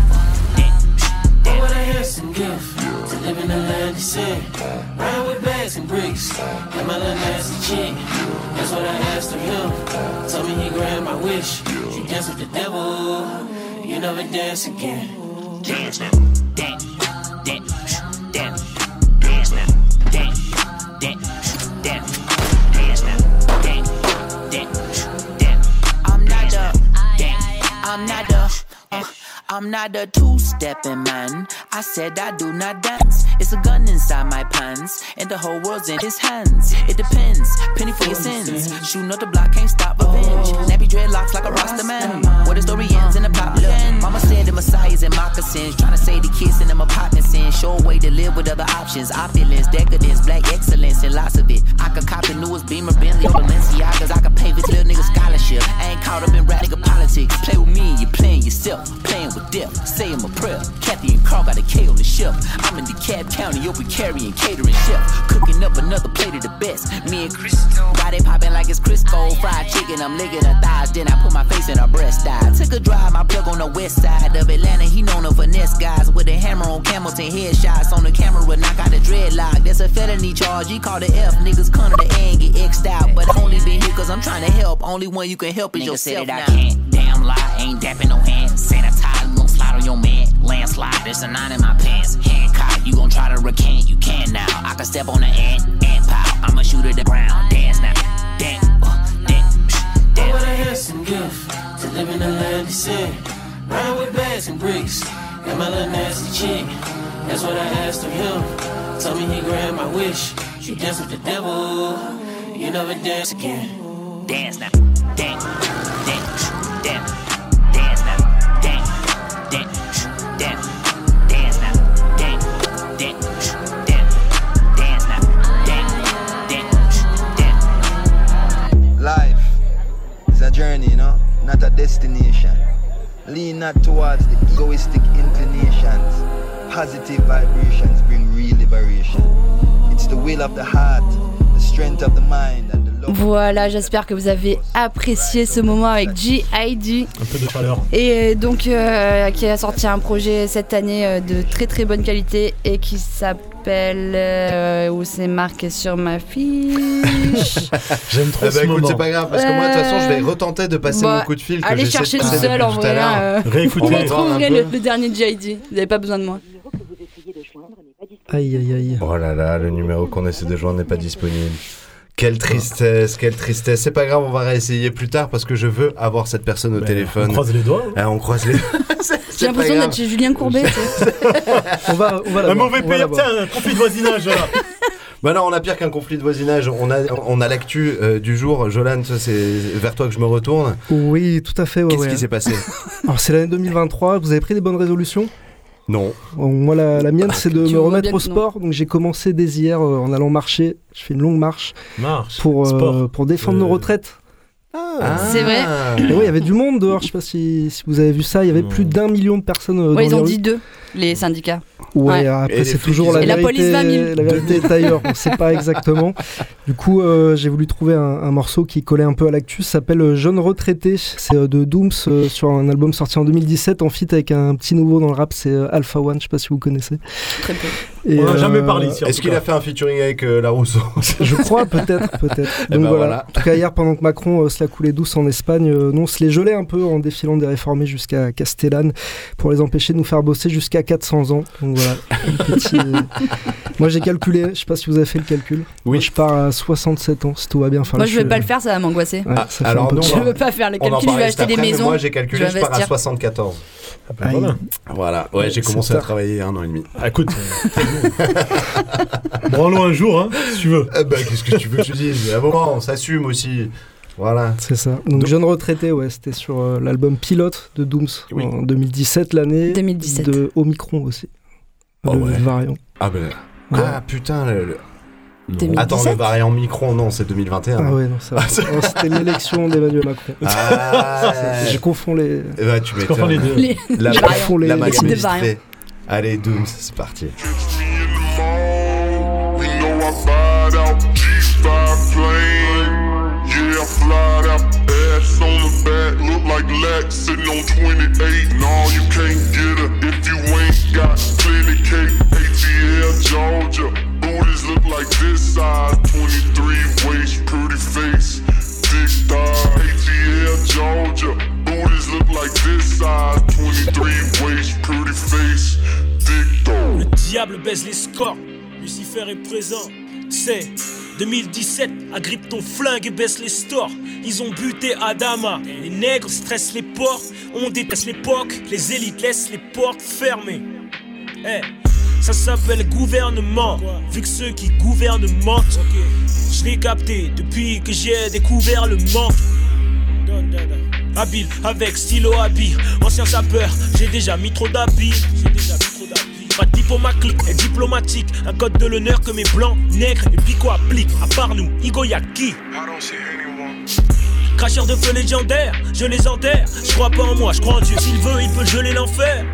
Oh, what a handsome gift to live in the land of sin. Ride with bags and bricks, like my little nasty chick. That's what I asked of him. Told me he grabbed my wish. You dance with the devil, you never dance again. Dance now, dance, dance, dance, dance now, dance, dance, dance, dance now, dance, dance, dance. I'm not the, dance, I'm not the. Uh, I'm not a two-stepping man. I said I do not dance. It's a gun inside my pants, and the whole world's in his hands. It depends, penny for your sins. Shooting up the block, can't stop revenge. Nappy dreadlocks like a Rasta man. Where the story ends in the plot ends. Mama said the Messiah's in moccasins, trying to say the kids in them apartments in. Show a way to live with other options. Opulence, decadence, black excellence, and lots of it. I could cop the newest Beamer, Bentley, Balenciagas. I could pay this little nigga scholarship. I ain't caught up in rap nigga politics. Play with me, you're playing yourself. Playing with death, say him a prayer. Kathy and Carl got a K on the shelf. I'm in DeKalb County, open carrying, catering chef. Cooking up another plate of the best. Me and Chris, why they popping like it's Crisco? Fried chicken, I'm licking her thighs. Then I put my face in her breast. I took a drive, my plug on the west side of Atlanta. He known to finesse guys with a hammer on Hamilton. Headshots on the camera, knock out the dreadlock. That's a felony charge. He called the F. Niggas come to the A and get X'd out. But I only been here cause I'm trying to help. Only one you can help is nigga yourself said that now. I can't. Damn lie, ain't dapping no hand. Sanitize, gon' slide on your man. Landslide, there's a nine in my pants. Hand cocked, you gon' try to recant. You can now. I can step on the ant, ant pop. I'ma shoot at the ground. Dance now, dance, uh, dance, dance. Oh, what a handsome gift to live in the land of sin. Ride with bags and bricks, and my little nasty chick. That's what I asked of him. Told me he grabbed my wish. You dance with the devil, you never dance again. Dance now, dance, dance, dance, dance now, dance, dance, dance, dance now, dance, dance, dance, dance now, dance, dance, dance. Life is a journey, you know, not a destination. Lean not towards the egoistic inclinations. Positive vibrations bring real liberation. It's the will of the heart, the strength of the mind and the love. Voilà, j'espère que vous avez apprécié ce moment avec G I D. Un peu de chaleur. Et donc, euh, qui a sorti un projet cette année euh, de très très bonne qualité et qui s'appelle. Euh, où c'est marqué sur ma fiche. J'aime trop eh ce bah, moment. Écoute, c'est pas grave, parce que moi, de toute façon, je vais retenter de passer bah, mon coup de fil. Que allez chercher tout seul en vrai. Euh, Réécoutez. Vous trouverez le, le dernier G I D. Vous n'avez pas besoin de moi. Aïe aïe aïe. Oh là là, le numéro qu'on essaie de joindre n'est pas disponible. Quelle tristesse, quelle tristesse. C'est pas grave, on va réessayer plus tard parce que je veux avoir cette personne au Ben, téléphone. on croise les doigts. Ah, on croise les J'ai l'impression d'être chez Julien Courbet. On va, on va Un mauvais payeur, tiens, un conflit de voisinage, là. Bah non, on a pire qu'un conflit de voisinage. On a, on a l'actu euh, du jour. Jolan, c'est vers toi que je me retourne. Oui, tout à fait. Ouais, Qu'est-ce ouais. qui s'est passé? Alors, c'est l'année deux mille vingt-trois. Vous avez pris des bonnes résolutions? Non. Bon, moi, la, la mienne, c'est de Tu me vois remettre bien au que non. sport. Donc, j'ai commencé dès hier euh, en allant marcher. Je fais une longue marche Marche. pour, euh, Sport. pour défendre Euh, nos retraites. Ah. C'est vrai. Et ouais, il y avait du monde dehors. Je sais pas si, si vous avez vu ça. Il y avait Non. plus d'un million de personnes euh, dans Ouais, ils les ont rues. dit deux, les syndicats. Ouais, Ouais. après Et les c'est flics, toujours ils la ont- Et la vérité. police vingt mille. La vérité est ailleurs, on sait pas exactement. Du coup, euh, j'ai voulu trouver un, un morceau qui collait un peu à l'actu. Ça s'appelle euh, Jeune retraité. C'est euh, de Dooms euh, sur un album sorti en deux mille dix-sept en feat avec un petit nouveau dans le rap. C'est euh, Alpha One. Je sais pas si vous connaissez. Très peu. Et, On en a euh, jamais parlé ici. en Est-ce tout qu'il cas. a fait un featuring avec euh, La Rousseau? Je crois peut-être, peut-être. Eh Donc ben voilà. voilà. En tout cas, hier, pendant que Macron euh, se la coulait douce en Espagne, euh, nous on se les gelait un peu en défilant des réformés jusqu'à Castellane pour les empêcher de nous faire bosser jusqu'à quatre cents ans. Donc voilà. Un petit, euh, Moi j'ai calculé, je sais pas si vous avez fait le calcul. Oui. Moi, je pars à soixante-sept ans si tout va bien. Enfin, Moi, là, je vais suis- pas le faire, ça va m'angoisser. Ouais, Ah, ça fait alors un peu nous, peur. Je on- veux pas faire le On en calcul, je vais parlait acheter juste des après, mais maisons. moi j'ai calculé, je je, vais pars à investir. soixante-quatorze. Ah, bah, Aïe. voilà. Voilà, ouais, j'ai C'est commencé à tard. travailler il y a un an et demi. Ah, écoute, branlons un jour, hein, si tu veux. Eh ben, qu'est-ce que tu veux que je dise? À un moment, on s'assume aussi. Voilà. C'est ça. Donc, Donc- Jeune retraité, ouais, c'était sur euh, l'album Pilote de Dooms Oui. en deux mille dix-sept, l'année deux mille dix-sept. de Omicron aussi. Oh, le ouais. variant. Ah ben. Ouais. Ah putain. Le, le- Non. deux mille dix-sept. Attends, le variant Micron, non, c'est deux mille vingt et un. Ah ouais, non, ça va. Ah, c'est- Oh, c'était l'élection d'Emmanuel Macron. Ah, Je confonds les. Eh ben, tu Je confonds les m'étonnes. deux. Les- La, les Je variants. confonds les- la les magie types de illustrée. variants. Allez, Dooms, c'est parti. We know I fired out G five plane. Yeah, I flied out, ass on the back, look like Lex sitting on twenty-eight. No, you can't get her if you ain't got plenty cake. A T L Georgia, booties look like this size. twenty-three waist, pretty face, thick thigh. A T L Georgia, booties look like this size. twenty-three waist, pretty face, thick thigh. Le diable baise les scores, Lucifer est présent, c'est deux mille dix-sept, agrippe ton flingue et baisse les stores. Ils ont buté Adama, les nègres stressent les ports, on déteste l'époque, les élites laissent les portes fermées. Eh, ça s'appelle gouvernement, vu que ceux qui gouvernent mentent. Je l'ai capté depuis que j'ai découvert le manque. Habile avec stylo habile, ancien sapeur, j'ai déjà mis trop d'habits. J'ai déjà mis trop d'habits. Pas de diplomatique et diplomatique, un code de l'honneur que mes blancs, nègres et pico appliquent. À part nous, Igo y'a qui? Cracheur de feu légendaire, je les enterre. Je crois pas en moi, je crois en Dieu. S'il veut, il peut geler l'enfer.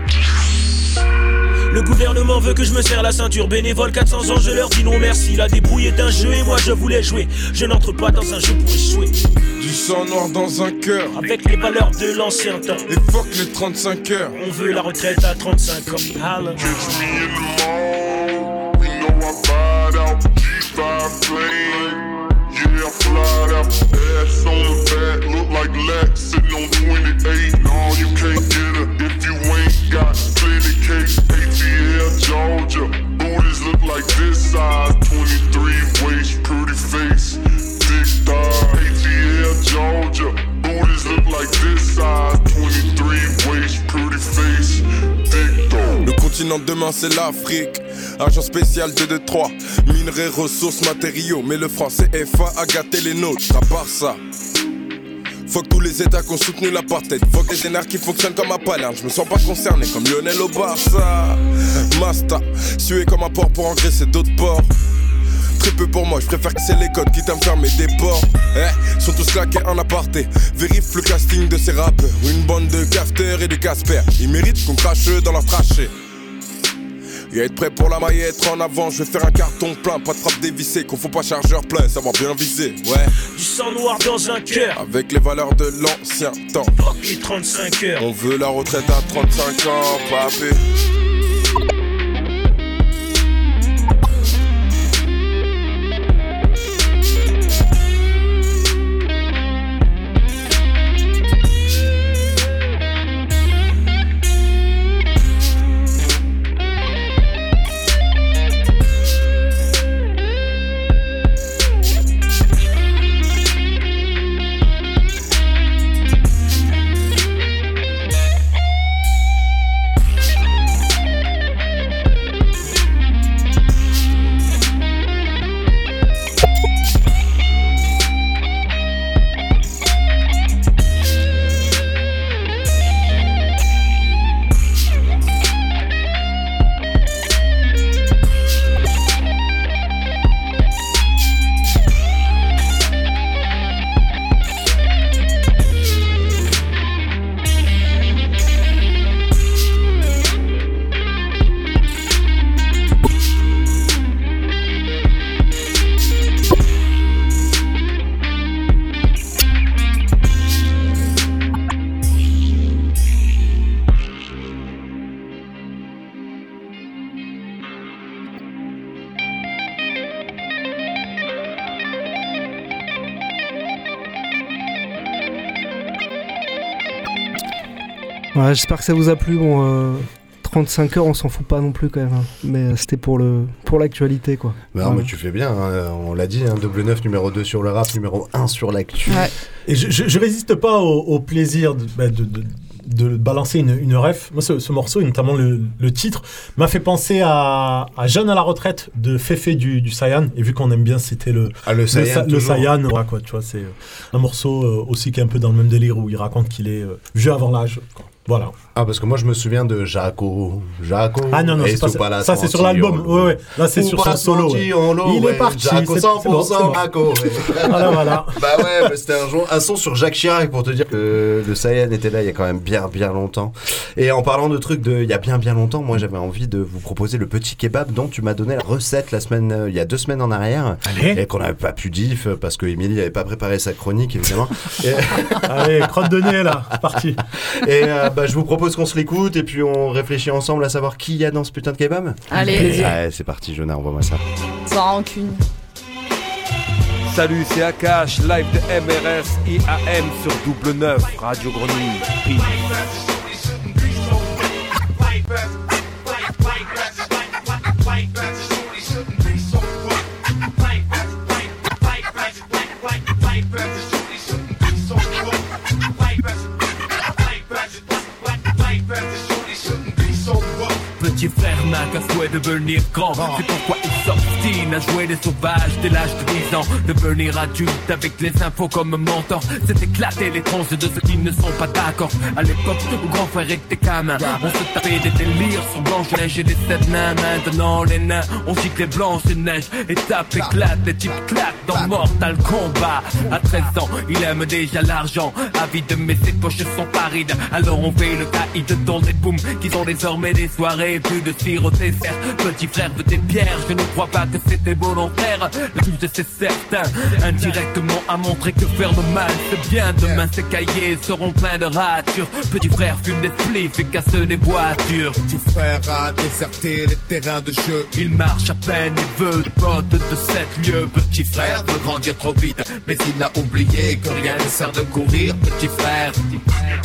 Le gouvernement veut que je me serre la ceinture. Bénévole quatre cents ans, je leur dis non merci. La débrouille est un jeu et moi je voulais jouer. Je n'entre pas dans un jeu pour échouer. Du sang noir dans un cœur, Avec les valeurs de l'ancien temps. et fuck les trente-cinq heures. On veut la retraite à trente-cinq ans. Holla. Catch me in the mall, we know I fired out G five plane. Yeah, I flied out, ass on the back, look like Lex sitting on twenty-eight. No, you can't get her if you ain't got plenty cake. A T L Georgia, booties look like this size. twenty-three waist, pretty face, thick thigh. A T L Georgia, booties look like this size. twenty-three waist, pretty face, thick thigh. Le continent de demain c'est l'Afrique. Agent spécial deux deux trois. Minerais, ressources, matériaux. Mais le franc C F A a gâté les nôtres. À part ça, fuck tous les états qui ont soutenu l'apartheid. Fuck les énergies qui fonctionnent comme à Palerme. Je me sens pas concerné comme Lionel au Barça. Masta, sué comme un port pour engraisser d'autres ports. Très peu pour moi, je préfère casser les codes quitte à me fermer des ports. Eh, sont tous claqués en aparté. Vérifie le casting de ces rappeurs. Une bande de cafeteurs et de Casper. Ils méritent qu'on crache dans leur trachée. Et être prêt pour la maille, être en avant. Je vais faire un carton plein, pas de frappe dévissée. Qu'on faut pas chargeur plein, savoir bien viser. Ouais. Du sang noir dans un cœur. Avec les valeurs de l'ancien temps. Fuck les trente-cinq heures. On veut la retraite à trente-cinq ans, papé. Ouais, j'espère que ça vous a plu. Bon, euh, trente-cinq heures, on s'en fout pas non plus quand même. Hein. Mais c'était pour, le, pour l'actualité, quoi. Bah non, ouais. mais tu fais bien, hein. On l'a dit, hein, double neuf numéro deux sur le rap, numéro un sur l'actu. Ouais. Et je, je, je résiste pas au, au plaisir de, bah, de, de, de balancer une, une ref. Moi, ce, ce morceau, et notamment le, le titre, m'a fait penser à, à Jeune à la retraite de Féfé du, du Sayan. Et vu qu'on aime bien, c'était le, ah, le Sayan. Le, le Sayan, ouais, quoi, tu vois, c'est un morceau euh, aussi qui est un peu dans le même délire où il raconte qu'il est euh, vieux avant l'âge, quoi. Voilà. Ah, parce que moi je me souviens de Jaco. Jaco. Ah non, non, c'est pas ça. Ça, c'est sur l'album. Ouais, ouais. Là, c'est sur son solo. Ouais. Il est parti. Jaco cent pour cent Jaco. Voilà, voilà. Bah ouais, c'était un, jour, un son sur Jacques Chirac pour te dire que le Sayan était là il y a quand même bien, bien longtemps. Et en parlant de trucs de il y a bien, bien longtemps, moi j'avais envie de vous proposer le petit kebab dont tu m'as donné la recette la semaine, euh, il y a deux semaines en arrière. Allez. Et qu'on n'avait pas pu diff parce que Émilie n'avait pas préparé sa chronique, évidemment. Et... Allez, crotte de nez là, c'est parti. Et euh, bah, je vous propose qu'on se l'écoute et puis on réfléchit ensemble à savoir qui y a dans ce putain de kebab. Allez, ouais, c'est parti, Jonah, envoie-moi ça. Sans rancune. Salut, c'est Akash, live de M R S I A M sur double neuf, Radio Grenouille. Peace. Petit frère n'a qu'un souhait de devenir grand. C'est pourquoi il s'obstine à jouer les sauvages dès l'âge de dix ans. Devenir adulte avec les infos comme mentor, c'est éclater les tranches de ceux qui ne sont pas d'accord. À l'époque où grand frère était gamin, on se tapait des délires sur Blanche-Neige et les sept nains. Maintenant les nains, on gicle les blanches et neige. Étape éclate, les types claquent dans Mortal Kombat. À treize ans, il aime déjà l'argent. Avide mais ses poches sont parides. Alors on fait le caïd dans les booms qui sont désormais des soirées. Plus de tir au dessert, petit frère veut des pierres. Je ne crois pas que c'était volontaire. Le plus de c'est certain, indirectement a montré que faire le mal c'est bien. Demain ses cahiers seront pleins de ratures. Petit frère fume des spliffs et casse des voitures. Petit frère a déserté les terrains de jeu. Il marche à peine, il veut des potes de sept lieux. Petit frère veut grandir trop vite, mais il a oublié que rien ne sert de courir. Petit frère, petit frère.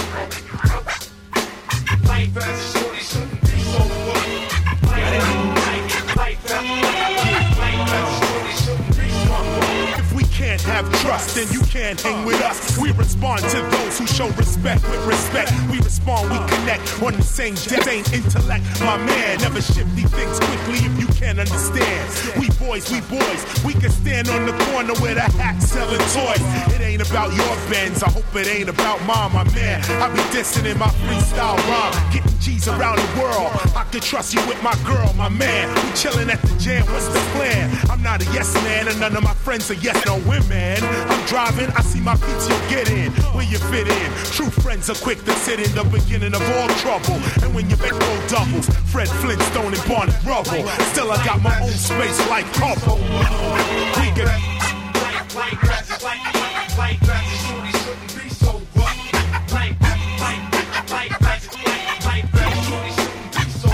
Have trust, then you can't hang with us. We respond to those who show respect with respect. We respond, we connect on the same day, same intellect. My man, never shift these things quickly if you can't understand. We boys, we boys, we can stand on the corner with a hat selling toys. It ain't about your Benz, I hope it ain't about mine, my man. I be dissing in my freestyle rhyme, getting G's around the world. I can trust you with my girl, my man. We chilling at the jam, what's the plan? I'm not a yes man, and none of my friends are yes no women. I'm driving, I see my P T O get in, where you fit in. True friends are quick to sit in the beginning of all trouble. And when you make roll doubles, Fred Flintstone and Barney Rubble. Still I got my own space like Couple. We get like, like, like, like, like, shorty shouldn't be so rough. Like, like, like, like, like, shorty shouldn't be so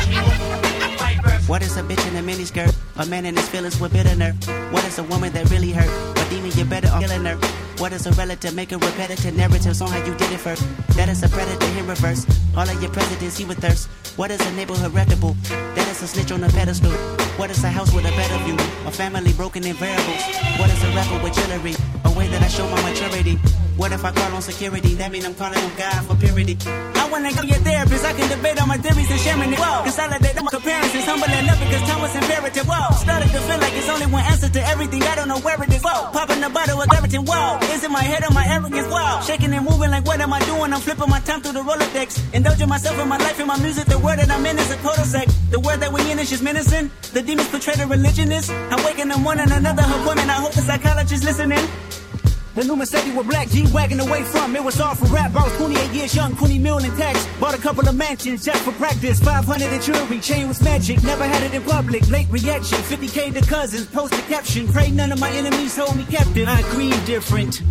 rough. What is a bitch in a miniskirt? A man in his feelings with bitter nerve. What is a woman that really hurt? But demon, you better off killing her. What is a relative? Make a repetitive narratives on how you did it first. That is a predator in reverse. All of your presidents, he would thirst. What is a neighborhood reputable? That is a snitch on a pedestal. What is a house with a better view? A family broken in variables. What is a rapper with jewelry? A way that I show my maturity. What if I call on security? That mean I'm calling on God for purity. I wanna go your therapist. I can debate on my theories and sharing it. Whoa. Consolidate on my comparisons. Humble enough because time was imperative. Whoa. Started to feel like it's only one answer to everything. I don't know where it is. Whoa. Popping the bottle with everything. Whoa. Is it my head or my arrogance? Whoa. Shaking and moving like what am I doing? I'm flipping my time through the Rolodex. Indulging myself in my life and my music. The word that I'm in is a total sec. The word that we in is just menacing. The demons portray the religionist. I wake in the morning, another appointment. I hope the psychologist listening. The new Mercedes with black G-Wagon away from. It was all for rap. I was twenty-eight years young, twenty mil in tax. Bought a couple of mansions just for practice. five hundred in jewelry, chain was magic. Never had it in public. Late reaction, fifty K to cousins. Post a caption. Pray none of my enemies hold me captive. I grieve different.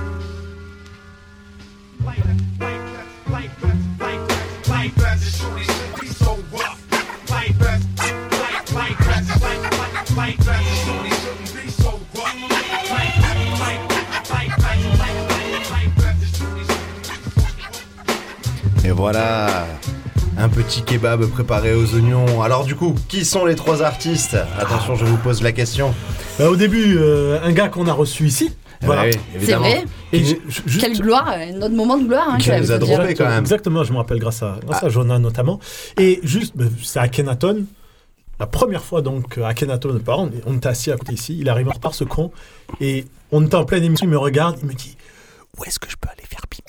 Like that, like that, like that, like that. The shorty should be so rough. Like that, like, like that, like, like, like that. The shorty shouldn't be so rough. Like that, like that. Et voilà, un petit kebab préparé aux oignons. Alors du coup, qui sont les trois artistes ? Attention, je vous pose la question. Bah, au début, euh, un gars qu'on a reçu ici. Voilà. Ah oui, évidemment. C'est vrai. Et Qui- j- juste- Quelle gloire, euh, notre moment de gloire. Hein, Qui quand même, nous a faut dire. droppé quand même. Exactement, je me rappelle grâce à, grâce à Jonah notamment. Et juste, bah, c'est à Kenaton. La première fois donc à Kenaton, nos parents, on, on était assis à côté ici. Il arrive en retard, ce con. Et on était en pleine émission, il me regarde, il me dit où est-ce que je peux aller faire pipi?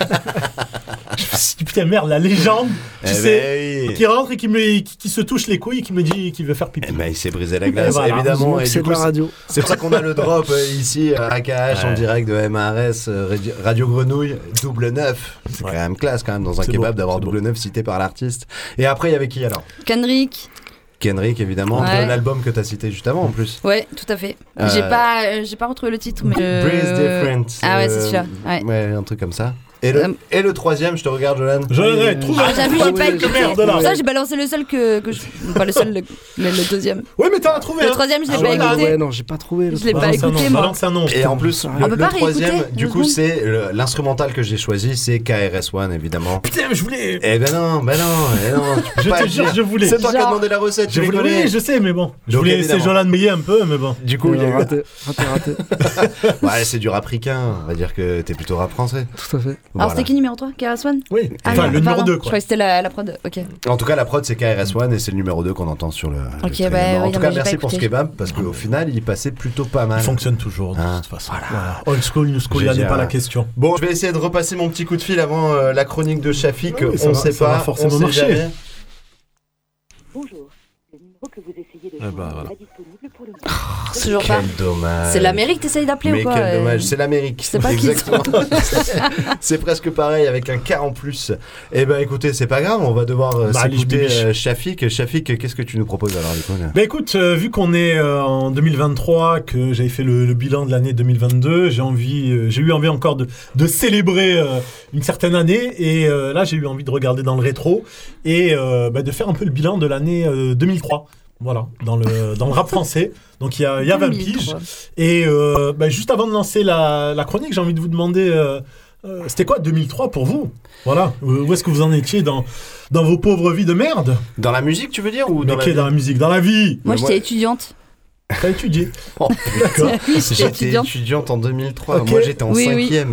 Je me suis dit, putain, merde, la légende, tu Eh sais, ben oui. qui rentre et qui, me, qui, qui se touche les couilles et qui me dit qu'il veut faire pipi. Eh ben, il s'est brisé la glace, Et voilà. évidemment. Heureusement Et que du c'est de coup, la radio. c'est pour ça qu'on a le drop euh, ici à A K H en Ouais. direct de M A R S, euh, Radio- Radio Grenouille, double neuf. C'est Ouais. quand même classe quand même dans un C'est kebab beau, d'avoir c'est double neuf cité par l'artiste. Et après, il y avait qui alors ? Kendrick. Kendrick, évidemment, Ouais. de l'album que tu as cité juste avant en plus. Ouais, tout à fait. Euh, J'ai pas, euh, j'ai pas retrouvé le titre, mais. euh, Breeze Different. Ah ouais, c'est euh, celui-là. Ouais. Ouais, un truc comme ça. Et le, Euh, et le troisième, je te regarde, Jolan. Je l'ai trouvé. Ah, j'avoue, j'ai pas Ouais, écouté. merde, là. Ça, j'ai balancé le seul que, que je... Pas le seul, le... mais le deuxième. Ouais, mais t'en as trouvé. Le hein. troisième, je l'ai Ah, pas ouais, écouté. Ouais, non, j'ai pas trouvé. le Je l'ai truc. pas Balance un écouté, nom, moi. balance un nom. Et en plus, On le, peut le pas troisième, réécouter, du deux coup, secondes. c'est le- l'instrumental que j'ai choisi, c'est K R S One, évidemment. Putain, mais je voulais. Eh ben non, ben non, eh non, tu peux Je pas te le jure, dire. je voulais. C'est toi qui as Genre- demandé la recette, Je tu les voulais, connais. oui, je sais, mais bon. Je Donc, voulais laisser évidemment. Jolan briller un peu, mais bon. Du coup, il y a eu... raté, raté, raté. Ouais, c'est du rap ricain, on va dire que t'es plutôt rap français. Tout à fait. Alors, Voilà. c'était qui numéro trois? K R S One? Oui, Ah, enfin, non, le numéro pardon. deux, Je quoi. croyais que c'était la, la prod. Ok. En tout cas, la prod, c'est K R S One et c'est le numéro deux qu'on entend sur le. le Ok, trailer. bah, en oui, tout non, cas, mais j'ai merci pas pour ce écouté. kebab parce qu'au final, il passait plutôt pas mal. Il fonctionne toujours, de Hein, toute façon. voilà. Voilà. Old school, new school, Je là veux n'est dire, pas la euh, question. Bon, je vais essayer de repasser mon petit coup de fil avant euh, la chronique de Shafik. Oui, ça on va- sait ça pas, va forcément on sait marcher. jamais. Bonjour, le numéro que vous essayez de Eh ben, joindre voilà. n'est pas disponible pour le moment. C'est toujours pas. Quel dommage. C'est l'Amérique que t'essayes d'appeler Mais ou quoi quel euh, dommage, c'est l'Amérique. Je sais pas qui Exactement. C'est presque pareil avec un K en plus. Eh ben écoutez, c'est pas grave, on va devoir euh, Bah, s'écouter Lich Bibiche. euh, Shafik. Shafik, qu'est-ce que tu nous proposes alors, du coup là Bah écoute, euh, vu qu'on est euh, en deux mille vingt-trois, que j'avais fait le, le bilan de l'année deux mille vingt-deux, j'ai envie, euh, j'ai eu envie encore de, de célébrer euh, une certaine année, et euh, là j'ai eu envie de regarder dans le rétro et euh, bah, de faire un peu le bilan de l'année euh, deux mille trois. Voilà, dans le, dans le rap français. Donc il y a, il y a vingt piges. Et euh, bah, juste avant de lancer la, la chronique, j'ai envie de vous demander, euh, euh, c'était quoi deux mille trois pour vous? Voilà, où où est-ce que vous en étiez dans, dans vos pauvres vies de merde? Dans la musique, tu veux dire ou dans Ok, la vie dans la musique, dans la vie. Moi, j'étais étudiante. T'as étudié? Oh, D'accord. Oui, j'étais J'étais étudiante. étudiante en deux mille trois. Ok. Moi, j'étais en Oui, oui. cinquième.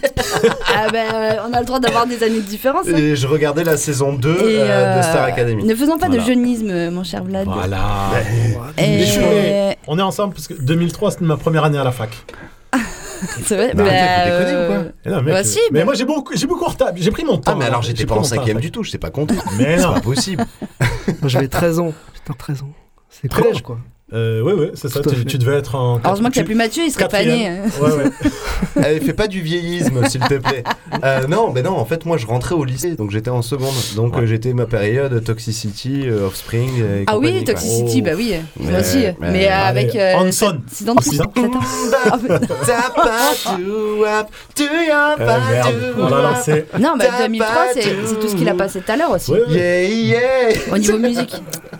Ah ben, euh, on a le droit d'avoir des années de différence. hein. Et je regardais la saison deux Et, euh, de euh, Star Academy. Ne faisons pas Voilà. de jeunisme, mon cher Vlad. Voilà. Et- Mais je suis- eh, on est ensemble parce que deux mille trois, c'était ma première année à la fac. C'est vrai. Bah, bah, arrêtez, vous déconnez ou quoi euh, Eh non, mec, bah euh, si, mais bah- moi j'ai beaucoup, j'ai beaucoup retard, j'ai pris mon temps. Ah, mais alors hein. j'étais J'ai pas pris en mon temps à la cinquième fac. du tout, je t'ai pas compté. Mais C'est non. pas possible. Moi, j'avais treize ans. Putain, treize ans. C'est collège, quoi. Euh, ouais, ouais, c'est ça. Tout à Tu, fait. tu devais être en. Heureusement qu'il n'y a tu- plus Mathieu, il serait pas né. quatrième. hein. Ouais, ouais. Allez, fais pas du vieillisme, s'il te plaît. Euh, non, mais non, en fait, moi, je rentrais au lycée, donc j'étais en seconde. Donc Ouais. euh, j'étais ma période Toxicity, euh, Offspring. Et Ah compagnie, oui, quoi. Toxicity, Oh. bah oui. Mais- Moi aussi. mais- Mais euh, avec. Allez, euh, Hanson. sept- six ans de plus. Six ans. sept ans. Ah, mais- T'as pas du rap, tu as Euh, pas merde, du on l'a rap. lancé. Non, bah T'as deux mille trois, pas c'est du c'est tout ce qu'il a passé tout à l'heure aussi. Ouais, ouais. Yeah, yeah. Au niveau musique.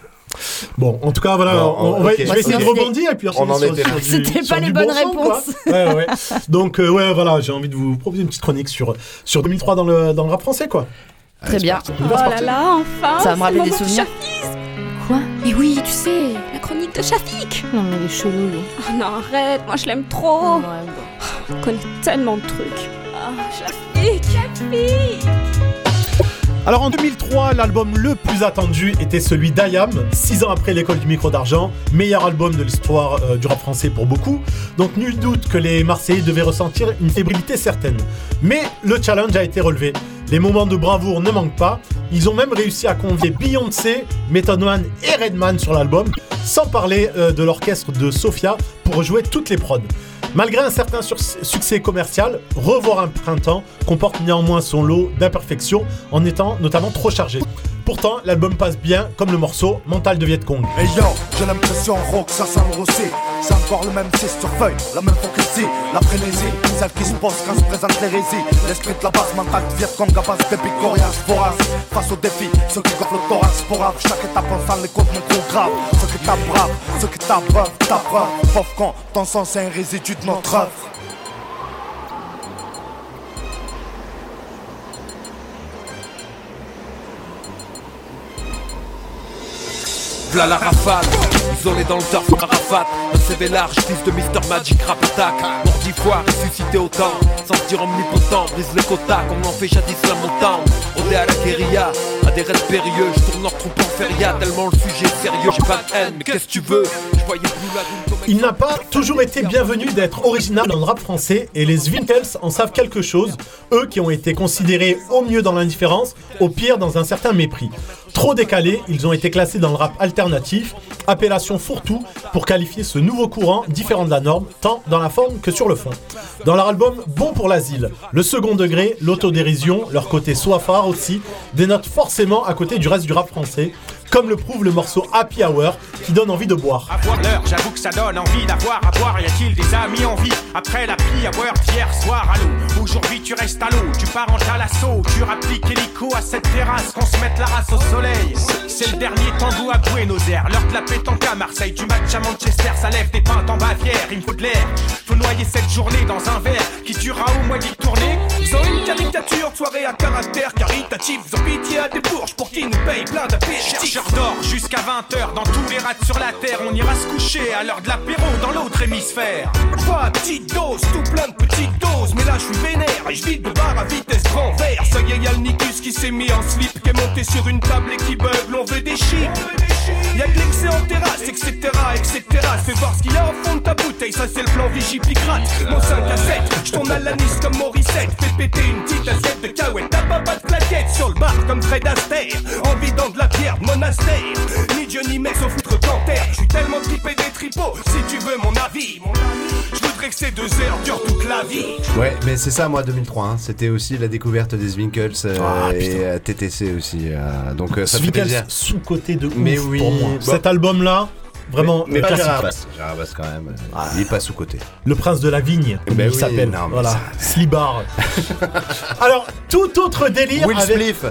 Bon, en tout cas, voilà, Bon, on, on va, ok. je vais essayer de Sinon, rebondir et puis on en enchaîner était sur, là. sur du- C'était sur pas du les bon bonnes son, quoi. réponses. Ouais, ouais. Donc, euh, ouais, voilà, j'ai envie de vous proposer une petite chronique sur, sur deux mille trois dans le, dans le rap français, quoi. Très bien. On y va, c'est parti. là, enfin. Ça va me rappeler des souvenirs. Quoi? Mais oui, tu sais, la chronique de Shafik. Non, mais il est chelou, lui. Oh non, arrête, moi je l'aime trop. On connaît tellement de trucs. Ah, Shafik, Shafik. Alors en deux mille trois, l'album le plus attendu était celui d'Ayam, six ans après l'école du micro d'argent, meilleur album de l'histoire euh, du rap français pour beaucoup. Donc nul doute que les Marseillais devaient ressentir une fébrilité certaine. Mais le challenge a été relevé. Les moments de bravoure ne manquent pas. Ils ont même réussi à convier Beyoncé, Method Man et Redman sur l'album, sans parler euh, de l'orchestre de Sofia pour rejouer toutes les prods. Malgré un certain sur- succès commercial, Revoir un printemps comporte néanmoins son lot d'imperfections en étant notamment trop chargé. Pourtant, l'album passe bien comme le morceau Mental de Viet Cong. Hey yo, j'ai l'impression rock, ça sent le rosé. C'est encore le même six sur feuille, la même focusée. La frénésie, celle qui se pose quand se présente l'hérésie. L'esprit de la base mentale de Viet Cong à base d'épic coriace, vorace. Face aux défis, ceux qui coffrent le thorax pour rap. Chaque étape en s'en les compte mon gros grave. Ceux qui tapent brave, ceux qui t'abreuvent, t'abreuvent. Pauvre con, ton sang c'est un résidu de notre œuvre. v'là la rafale. Isolé dans le turf, Arafat. Un C V large, fils de Mister Magic, rap attack. Mort dix fois, ressuscité autant. Sans se dire omnipotent, brise les quotas comme l'on fait jadis la montagne. Odé à la guérilla, à des rêves périlleux. Je tourne leur troupe en feria, tellement le sujet est sérieux. J'ai pas de haine, mais qu'est-ce que tu veux? Je voyais plus la doule. Il n'a pas toujours été bienvenu d'être original dans le rap français et les Zwinkels en savent quelque chose, eux qui ont été considérés au mieux dans l'indifférence, au pire dans un certain mépris. Trop décalés, ils ont été classés dans le rap alternatif, appellation fourre-tout pour qualifier ce nouveau courant différent de la norme, tant dans la forme que sur le fond. Dans leur album Bon pour l'asile, le second degré, l'autodérision, leur côté soifard aussi, dénotent forcément à côté du reste du rap français, comme le prouve le morceau Happy Hour qui donne envie de boire. Avoir l'heure, j'avoue que ça donne envie d'avoir à boire. Y a-t-il des amis en vie après la Happy Hour d'hier soir? Allô, aujourd'hui tu restes à l'eau, tu pars en chalasso, tu rappliques hélico à cette terrasse, qu'on se mette la race au soleil. C'est le dernier tango à Buenos Aires, l'heure de la pétanque à Marseille, du match à Manchester, ça lève des pintes en Bavière. Il me faut de l'air, faut noyer cette journée dans un verre qui durera au moins dix tournées. Sans une caricature, soirée à caractère caritatif, faisant pitié à des bourges pour qui nous payent plein d'apéritifs. Dort jusqu'à vingt heures dans tous les rats sur la terre. On ira se coucher à l'heure de l'apéro dans l'autre hémisphère. Pas petite dose, tout plein de petites doses. Mais là je suis vénère et je vide de bar à vitesse grand vert. Ça y est, y'a le Nicus qui s'est mis en slip, qui est monté sur une table et qui beugle. On veut des chips. Y'a de l'excès en terrasse, et cetera, et cetera. Fais voir ce qu'il y a au fond de ta bouteille, ça c'est le plan Vigipicrate. Mon cinq à sept, j'tourne à l'anis comme Morissette. Fais péter une petite assiette de cahuète, t'as pas pas de claquette sur le bar comme Fred Astaire. En vidant de la pierre de monastère. Ni Dieu ni mec sauf foutre canter. J'suis tellement typé des tripots, si tu veux mon avis. Je voudrais que ces deux heures durent toute la vie. Ouais, mais c'est ça, moi, deux mille trois. Hein. C'était aussi la découverte des Zwinkels euh, ah, et euh, T T C aussi. Euh, donc euh, ça fait Zwinkels plaisir. sous-côté de ouf mais oui, pour moi. bon. Cet album-là, vraiment, mais, mais le pas Gérard classique. Bass. Gérard Bass quand même, ah. Il est pas sous-côté. Le prince de la vigne, comme ben il oui, s'appelle. non, Voilà, ça... Slibar. Alors, tout autre délire Will avec... Spliff.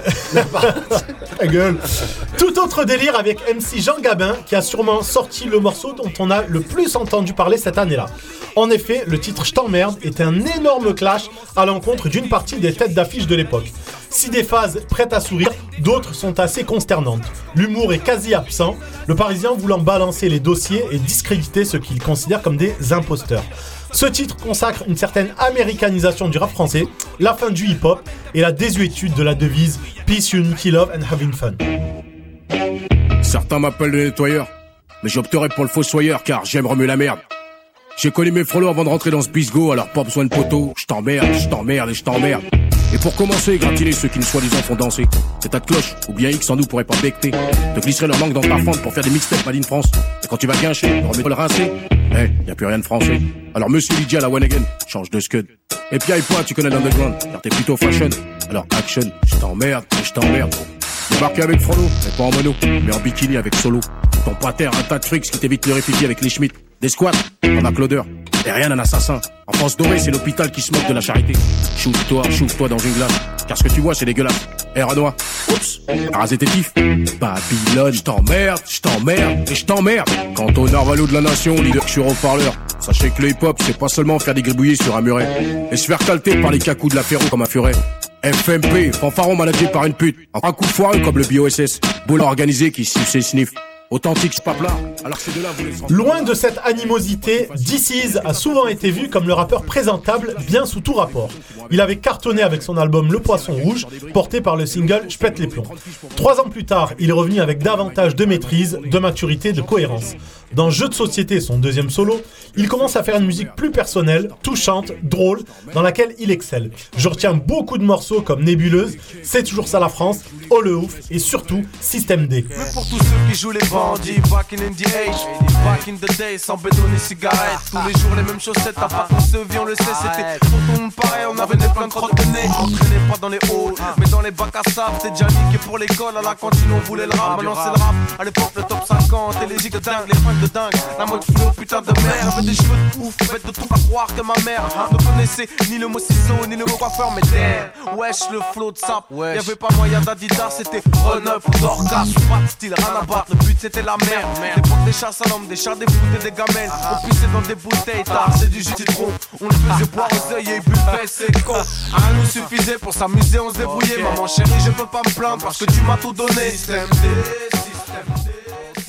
Ta gueule. Tout autre délire avec M C Jean Gabin, qui a sûrement sorti le morceau dont on a le plus entendu parler cette année-là. En effet, le titre Je t'emmerde est un énorme clash à l'encontre d'une partie des têtes d'affiche de l'époque. Si des phases prêtes à sourire, d'autres sont assez consternantes. L'humour est quasi absent, le Parisien voulant balancer les dossiers et discréditer ceux qu'il considère comme des imposteurs. Ce titre consacre une certaine américanisation du rap français, la fin du hip-hop et la désuétude de la devise Peace, Unity, Love and Having Fun. Certains m'appellent le nettoyeur, mais j'opterai pour le fossoyeur car j'aime remuer la merde. J'ai connu mes frolos avant de rentrer dans ce bisgo, alors pas besoin de poteau. Je t'emmerde, je t'emmerde et je t'emmerde. Et pour commencer, gratiner ceux qui nous soi-disant font danser. C'est ta cloche, ou bien X en nous pourrait pas becter. Te glisserait leur langue dans ta fente pour faire des mixtapes Made in France. Et quand tu vas guincher, remettre le rincer. Eh, hey, y a plus rien de français. Alors monsieur Lydia la one again, change de scud. Et puis aille point, tu connais l'underground, car t'es plutôt fashion. Alors action, je t'emmerde et je t'emmerde. Débarqué avec Frollo, mais pas en mono, mais en bikini avec Solo. Ton pater, un tas de tricks qui t'évite le réfugié avec les Schmitt. Des squats, on a Claudeur. Et rien un assassin. En France dorée, c'est l'hôpital qui se moque de la charité. Chouffe-toi, chouffe-toi dans une glace. Car ce que tu vois, c'est dégueulasse. Eh, Renoir. Oups. Rasé tes tifs. Babylone, je t'emmerde, je t'emmerde et je t'emmerde. Quant au Narvalo de la nation, leader sur haut-parleur. Sachez que le hip-hop, c'est pas seulement faire des gribouillis sur un muret. Et se faire calter par les cacous de la Ferro comme un furet. F M P, fanfaron managé par une pute. Un coup de foireux comme le B O S S. Boule organisé qui suce et sniff. Authentique, c'est pas plat. Alors que ces deux-là voulaient se... Loin de cette animosité, D C's a souvent été vu comme le rappeur présentable, bien sous tout rapport. Il avait cartonné avec son album Le Poisson Rouge, porté par le single Je pète les plombs. Trois ans plus tard, il est revenu avec davantage de maîtrise, de maturité, de cohérence. Dans Jeux de société, son deuxième solo, il commence à faire une musique plus personnelle, touchante, drôle, dans laquelle il excelle. Je retiens beaucoup de morceaux comme Nébuleuse, C'est toujours ça la France, Oh le ouf et surtout Système D. Mais pour tous ceux qui jouent les bandits, back in the age, back in the day, sans béton ni cigarettes. Tous les jours les mêmes chaussettes, à part qu'on se vit, on le sait, c'était pour tout le monde pareil, on avait des plein de crottes de nez. On traînait pas dans les halls, mais dans les bacs à sable, c'était déjà niqué pour l'école, à la cantine on voulait le rap, maintenant c'est le rap. À l'époque le top cinquante, et les gigs de dingue, les fringues de dingue, la mode flow, putain de merde. J'avais des cheveux de ouf, bête de tout à croire que ma mère ne connaissait ni le mot ciseau, ni le mot coiffeur, mais damn, wesh le flow de sap. Y'avait pas moyen d'Adidas, c'était Run-Up ou Dorcas, ou pas de style, rien à battre, le but c'était la merde. L'époque des chasses à l'homme, des chars, des foutes et des gamelles. On pissait dans des bouteilles, tard, c'est du jus de citron. On le faisait boire aux œils et buvait, c'est con. Un nous suffisait pour s'amuser, on se débrouillait. Maman chérie, je peux pas me plaindre parce que tu m'as tout donné. Système D, système D.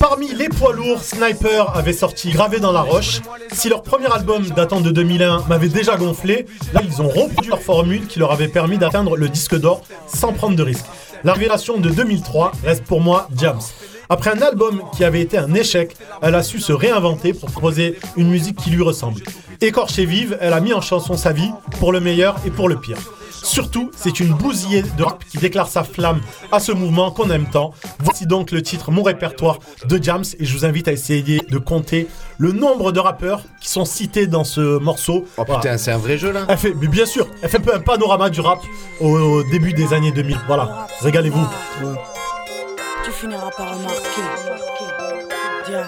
Parmi les poids lourds, Sniper avait sorti Gravé dans la roche. Si leur premier album datant de deux mille un m'avait déjà gonflé, là ils ont reproduit leur formule qui leur avait permis d'atteindre le disque d'or sans prendre de risque. La révélation de deux mille trois reste pour moi Diams. Après un album qui avait été un échec, elle a su se réinventer pour proposer une musique qui lui ressemble. Écorchée vive, elle a mis en chanson sa vie, pour le meilleur et pour le pire. Surtout, c'est une bousillée de rap qui déclare sa flamme à ce mouvement qu'on aime tant. Voici donc le titre Mon répertoire de Diams et je vous invite à essayer de compter le nombre de rappeurs qui sont cités dans ce morceau. Oh putain, voilà. C'est un vrai jeu là. Elle fait, mais bien sûr, elle fait un peu un panorama du rap au, au début des années deux mille. Voilà, régalez-vous. Ouais. Tu finiras par remarquer. Diams.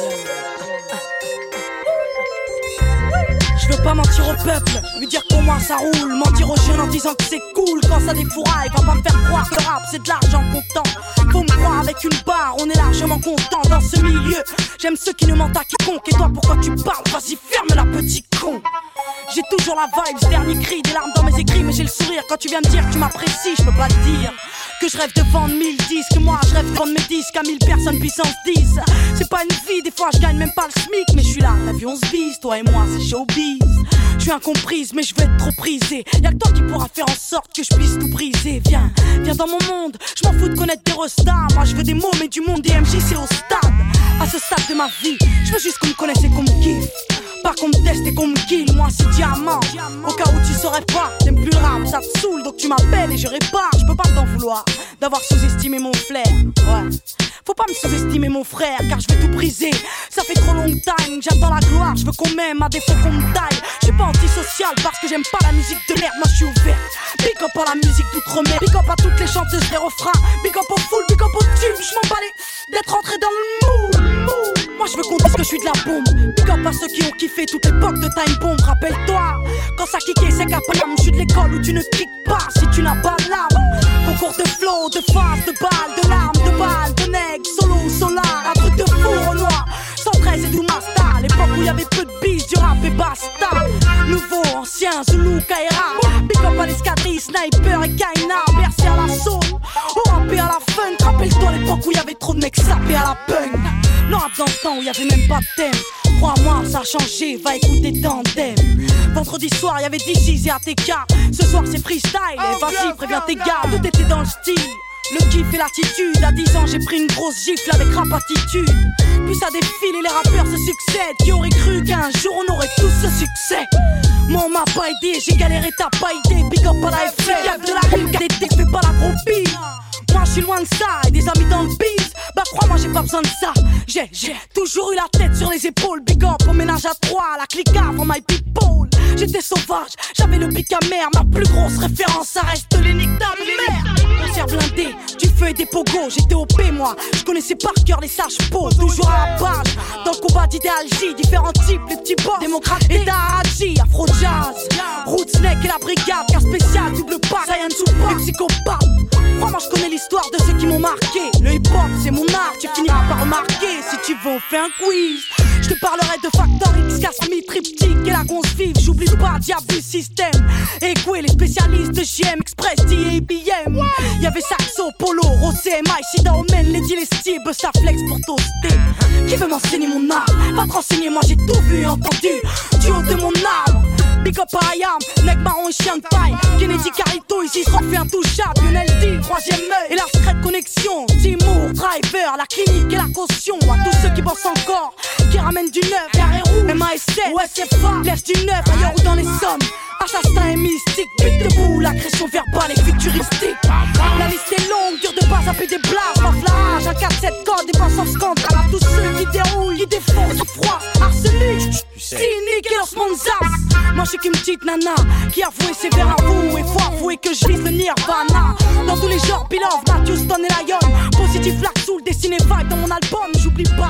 Je veux pas mentir au peuple, lui dire pour moi ça roule. Mentir aux jeunes en disant que c'est cool quand ça défouraille. Va pas me faire croire que le rap c'est de l'argent comptant. Faut me croire avec une barre, on est largement content dans ce milieu. J'aime ceux qui ne mentent à quiconque. Et toi pourquoi tu parles? Vas-y ferme la petite con. J'ai toujours la vibe, ce dernier cri, des larmes dans mes écrits. Mais j'ai le sourire quand tu viens me dire que tu m'apprécies. Je peux pas te dire que je rêve de vendre mille disques. Moi je rêve de vendre mes disques à mille personnes puissance dix. C'est pas une vie, des fois je gagne même pas le SMIC. Mais je suis là, la vie on se bise, toi et moi c'est showbiz. Je suis incomprise mais je veux être trop prisée. Y'a que toi qui pourra faire en sorte que je puisse tout briser. Viens, viens dans mon monde, je m'en fous de connaître des restas. Moi je veux des mots mais du monde des M J c'est au stade. À ce stade de ma vie, je veux juste qu'on me connaisse et qu'on me kiffe. Pas qu'on me teste et qu'on me kill, moi c'est diamant. Au cas où tu saurais pas, t'aimes plus le rap, ça te saoule. Donc tu m'appelles et je répare, je peux pas t'en vouloir d'avoir sous-estimé mon flair, ouais. Faut pas me sous-estimer mon frère, car je veux tout briser. Ça fait trop long time, j'attends la gloire. Je veux qu'on m'aime à défaut qu'on me taille. Je suis pas antisocial parce que j'aime pas la musique de merde. Moi je suis ouvert, big up à la musique d'outre-mer. Big up à toutes les chanteuses des refrains. Big up au full, big up au tube. Je m'en bats les d'être rentré dans le mood. Moi je veux qu'on dise que je suis de la bombe. Big up à ceux qui ont kiffé toute l'époque de Time Bomb. Rappelle-toi, quand ça kickait c'est capable. Je suis de l'école où tu ne kicks pas si tu n'as pas l'âme. Concours de flow, de phase, de balles, de larmes, de balles, de nègres, solo, solar, un truc de fou Renoir. cent treize et du master, l'époque où il y avait peu de bis, du rap et basta. Nouveau, ancien, Zulu, Kaira. Big up à l'escadrille, Sniper et Kaina. Bercé à l'assaut, au rap et à la funk. Rappelle-toi l'époque où il y avait trop de mecs sapés à la punk. Le rap dans le temps où il y avait même pas de thème. Crois-moi, ça a changé, va écouter Tandem. Vendredi soir, il y avait D six et A T K. Ce soir, c'est freestyle, et vas-y, préviens tes gars. Tout était dans le style, le kiff et l'attitude. À dix ans, j'ai pris une grosse gifle avec rap attitude. Puis ça défile et les rappeurs se succèdent. Qui aurait cru qu'un jour on aurait tous ce succès? Moi, on m'a pas aidé, j'ai galéré, t'as pas idée. Big up à la F C, y'a de la rime, t'es fais pas la gros bille. Moi je suis loin de ça et des amis dans le biz. Bah crois-moi j'ai pas besoin de ça. J'ai, j'ai toujours eu la tête sur les épaules. Big up au ménage à trois, la clique for my people. J'étais sauvage, j'avais le pic amer. Ma plus grosse référence ça reste l'énigme ta mère. Concert blindé, du feu et des pogos. J'étais au P moi, je connaissais par cœur les sages pots. Toujours à la page, dans le combat d'idéologie. Différents types, les petits boss, démocrates et d'Araji. Afro jazz, Root Snake et la brigade. Car spécial, double pack, Saiyan Tupac, psychopathe. Crois-moi je connais l'histoire de ceux qui m'ont marqué. Le hip-hop c'est mon art, tu finiras par remarquer. Si tu veux on fait un quiz. Je te parlerai de Factor X, Casmi, Triptyque et la gonce vive. J'oublie pas Diablo System. Et quoi les spécialistes de J M, Express, D et B M. Y'avait Saxo, Polo, Rosé, Mike, Sida, Omen, Lady Lestie, Busta Flex pour toaster. Qui veut m'enseigner mon art? Va te renseigner, moi j'ai tout vu et entendu. Du haut de mon âme. Big up à I am, Nec Marron et chien de paille. Kennedy Carito, ici se refait intouchable. Lionel D, troisième œil et la secrète connexion. Timur, Driver, la clinique et la caution. À tous ceux qui bossent encore, qui ramènent du neuf. Carré roux, M A S sept, O S F A, laisse du neuf ailleurs ou dans les sommes. Assassin et mystique, but debout, l'agression verbale est futuristique. La liste est longue, dur de pas zapper des blagues. Maflage, un quatre sept code, des passes en scandale. À tous ceux qui déroulent, qui défoncent, qui froissent, arsenic, cynique et leur sponzas. Moi je suis qu'une petite nana qui avouait ses verres à vous. Et faut avouer que je vise le Nirvana. Dans tous les genres, Bill of Matthew, Stone et Lion. Positif, Black Soul, dessiné vibe dans mon album. J'oublie pas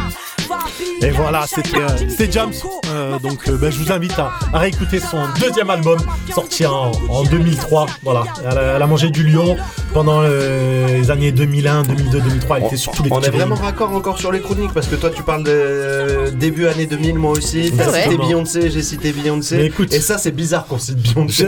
Et voilà, c'était euh, c'était Jams. Euh, donc euh, ben, je vous invite à, à réécouter son deuxième album sorti en, en deux mille trois. Voilà, elle a, elle a mangé du lion pendant euh, les années deux mille un, deux mille deux, deux mille trois. Elle on, était sur tous les on est vraiment raccord encore sur les chroniques parce que toi tu parles de euh, début année deux mille, moi aussi. T'as cité Beyoncé, j'ai cité Beyoncé. Écoute, et ça c'est bizarre qu'on cite Beyoncé.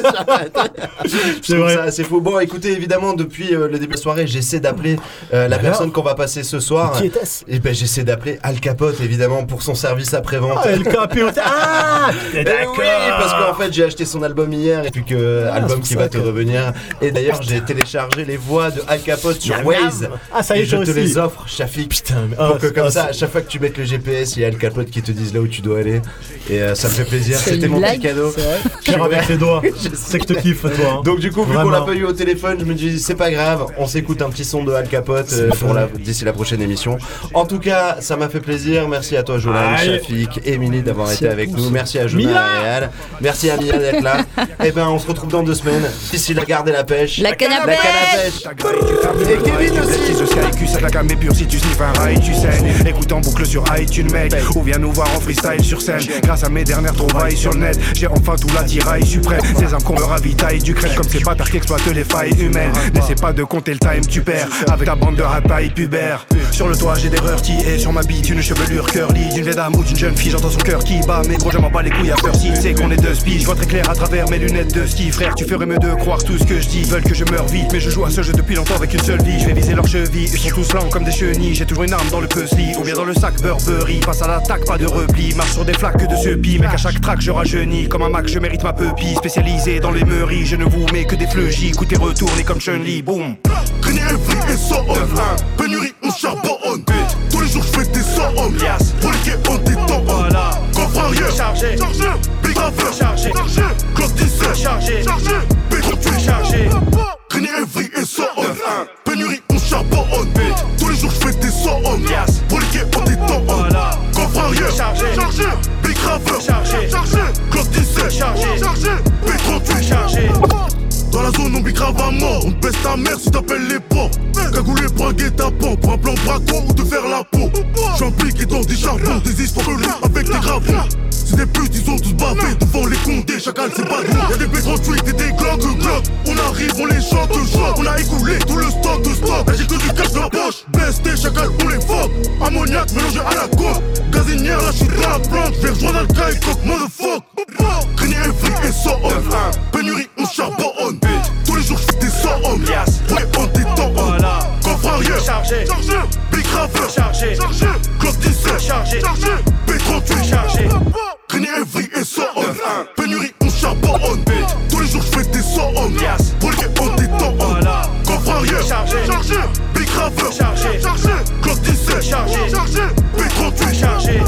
C'est vrai. Ça, c'est faux. Bon, écoutez, évidemment, depuis euh, le début de la soirée, j'essaie d'appeler euh, la Alors, personne qu'on va passer ce soir. Qui était-ce ? Et ben j'essaie d'appeler Al Capote, évidemment, pour son service après-vente. Ah, Al Capote. Ah, d'accord. Oui, parce qu'en fait, j'ai acheté son album hier et puis que ah, album qui va te que... revenir. Et d'ailleurs, j'ai téléchargé les voix de Al Capote sur Waze. Ah, ça y est, et je te aussi. les offre, Shafik. Putain, pour oh, que comme oh, ça, à chaque fois que tu mettes le G P S, il y a Al Capote qui te dise là où tu dois aller. Et euh, ça me fait plaisir. C'est C'était mon petit cadeau. Faire avec les doigts. C'est que te kiffe, toi. Hein. Donc du coup, vu qu'on l'a pas eu au téléphone, je me dis c'est pas grave, on s'écoute un petit son de Al Capote euh, pour la, d'ici la prochaine émission. En tout cas, ça m'a fait plaisir. Merci à toi, Jolan, Shafik, Émilie d'avoir Merci été avec nous. Merci à Jonah et Réal. Merci à Mia d'être là. Et ben, on se retrouve dans deux semaines. D'ici là, gardez la pêche. La canne à pêche. Et Kevin aussi. Ce Skycu, ça la gamme est pure si tu sniffes un rail, tu saignes. Écoute en boucle sur iTunes, mec. Ou viens nous voir en freestyle sur scène. Grâce à mes dernières trouvailles sur le net, j'ai enfin tout l'attirail suprême. Ces âmes qu'on me ravitaille du crème comme ces bâtards qui exploitent les failles humaines. N'essaie pas de compter le time, tu perds avec ta bande de ratailles pubères. Sur le toit, j'ai des rurtis et sur ma bite, une chevelure curly. D'une vieille dame ou d'une jeune fille, j'entends son cœur qui bat. Mais gros, je m'en bats les couilles à peur si c'est qu'on est deux spies. Je vois très clair à travers mes lunettes de ski. Frère, tu ferais mieux de croire tout ce que je dis. Ils veulent que je meure vite, mais je joue à ce jeu depuis longtemps avec une seule vie. Je vais viser leurs chevilles, ils sont tous lents comme des chenilles. J'ai toujours une arme dans le puzzle ou bien dans le sac Burberry. Passe à l'attaque, pas de repli. Marche sur des flaques de ce pis. Mec, à chaque track, je rajeunis. Comme un Mac, je mérite ma pupille. Spécialisé dans les meuries, je ne vous mets que des fleugis. Écoutez, retournez comme Chun-Li, boum. Grenier et so on. Pénurie, on charbonne. Tous les jours, je fais des so on. Pour les quais, on détend. Voilà. Coffre arrière. Chargé. Chargé. Big Rapper. Chargé. Chargé. Glock dix-sept. Chargé. Chargé. B trente-huit. Chargé. Grenier et so on. Pénurie, on charbonne. Tous les jours, je fais des so on. Pour les quais, on détend. Voilà. Coffre arrière. Chargé. Chargé. Big Rapper. Chargé. Chargé. Glock dix-sept. Chargé. Chargé. B trente-huit. Chargé. Dans la zone, on bicrave à mort. On te baisse ta mère si t'appelles les porcs. Cagoulé pour un guet-apens, pour un plan braco ou te faire la peau. J'suis impliqué dans des charbons, des histoires avec des gravons. C'est des putes, ils ont tous bavé devant les condés. Chacal, c'est pas nous. Y'a des B trente-huit et des Glock Glock. On arrive, on les chante, chante. On a écoulé tout le stock de stock. Là, j'ai que du cash dans la poche. Besté, chacal, on les fuck. Ammoniac mélangé à la coke. Gazinière, là, j'suis dans la plante. Vers joindre le caille, coq, motherfuck. Grenier et et so on. Pénurie, on charbonne. Tous les jours, j'fais des so on. Ouais, on détend. Voilà. Coffre arrière. Chargé. Chargé. Big Rapper. Chargé. Chargé. Glock dix-sept. Chargé. Chargé. B trente-huit. Chargé. Grenier et so on. Pénurie, on charbonne. Tous les jours, j'fais des so on. Pour les quais, on détend. Voilà. Coffre arrière. Chargé. Chargé. Big Rapper. Chargé. Chargé. Glock dix-sept. Chargé. Chargé. B trente-huit. Chargé.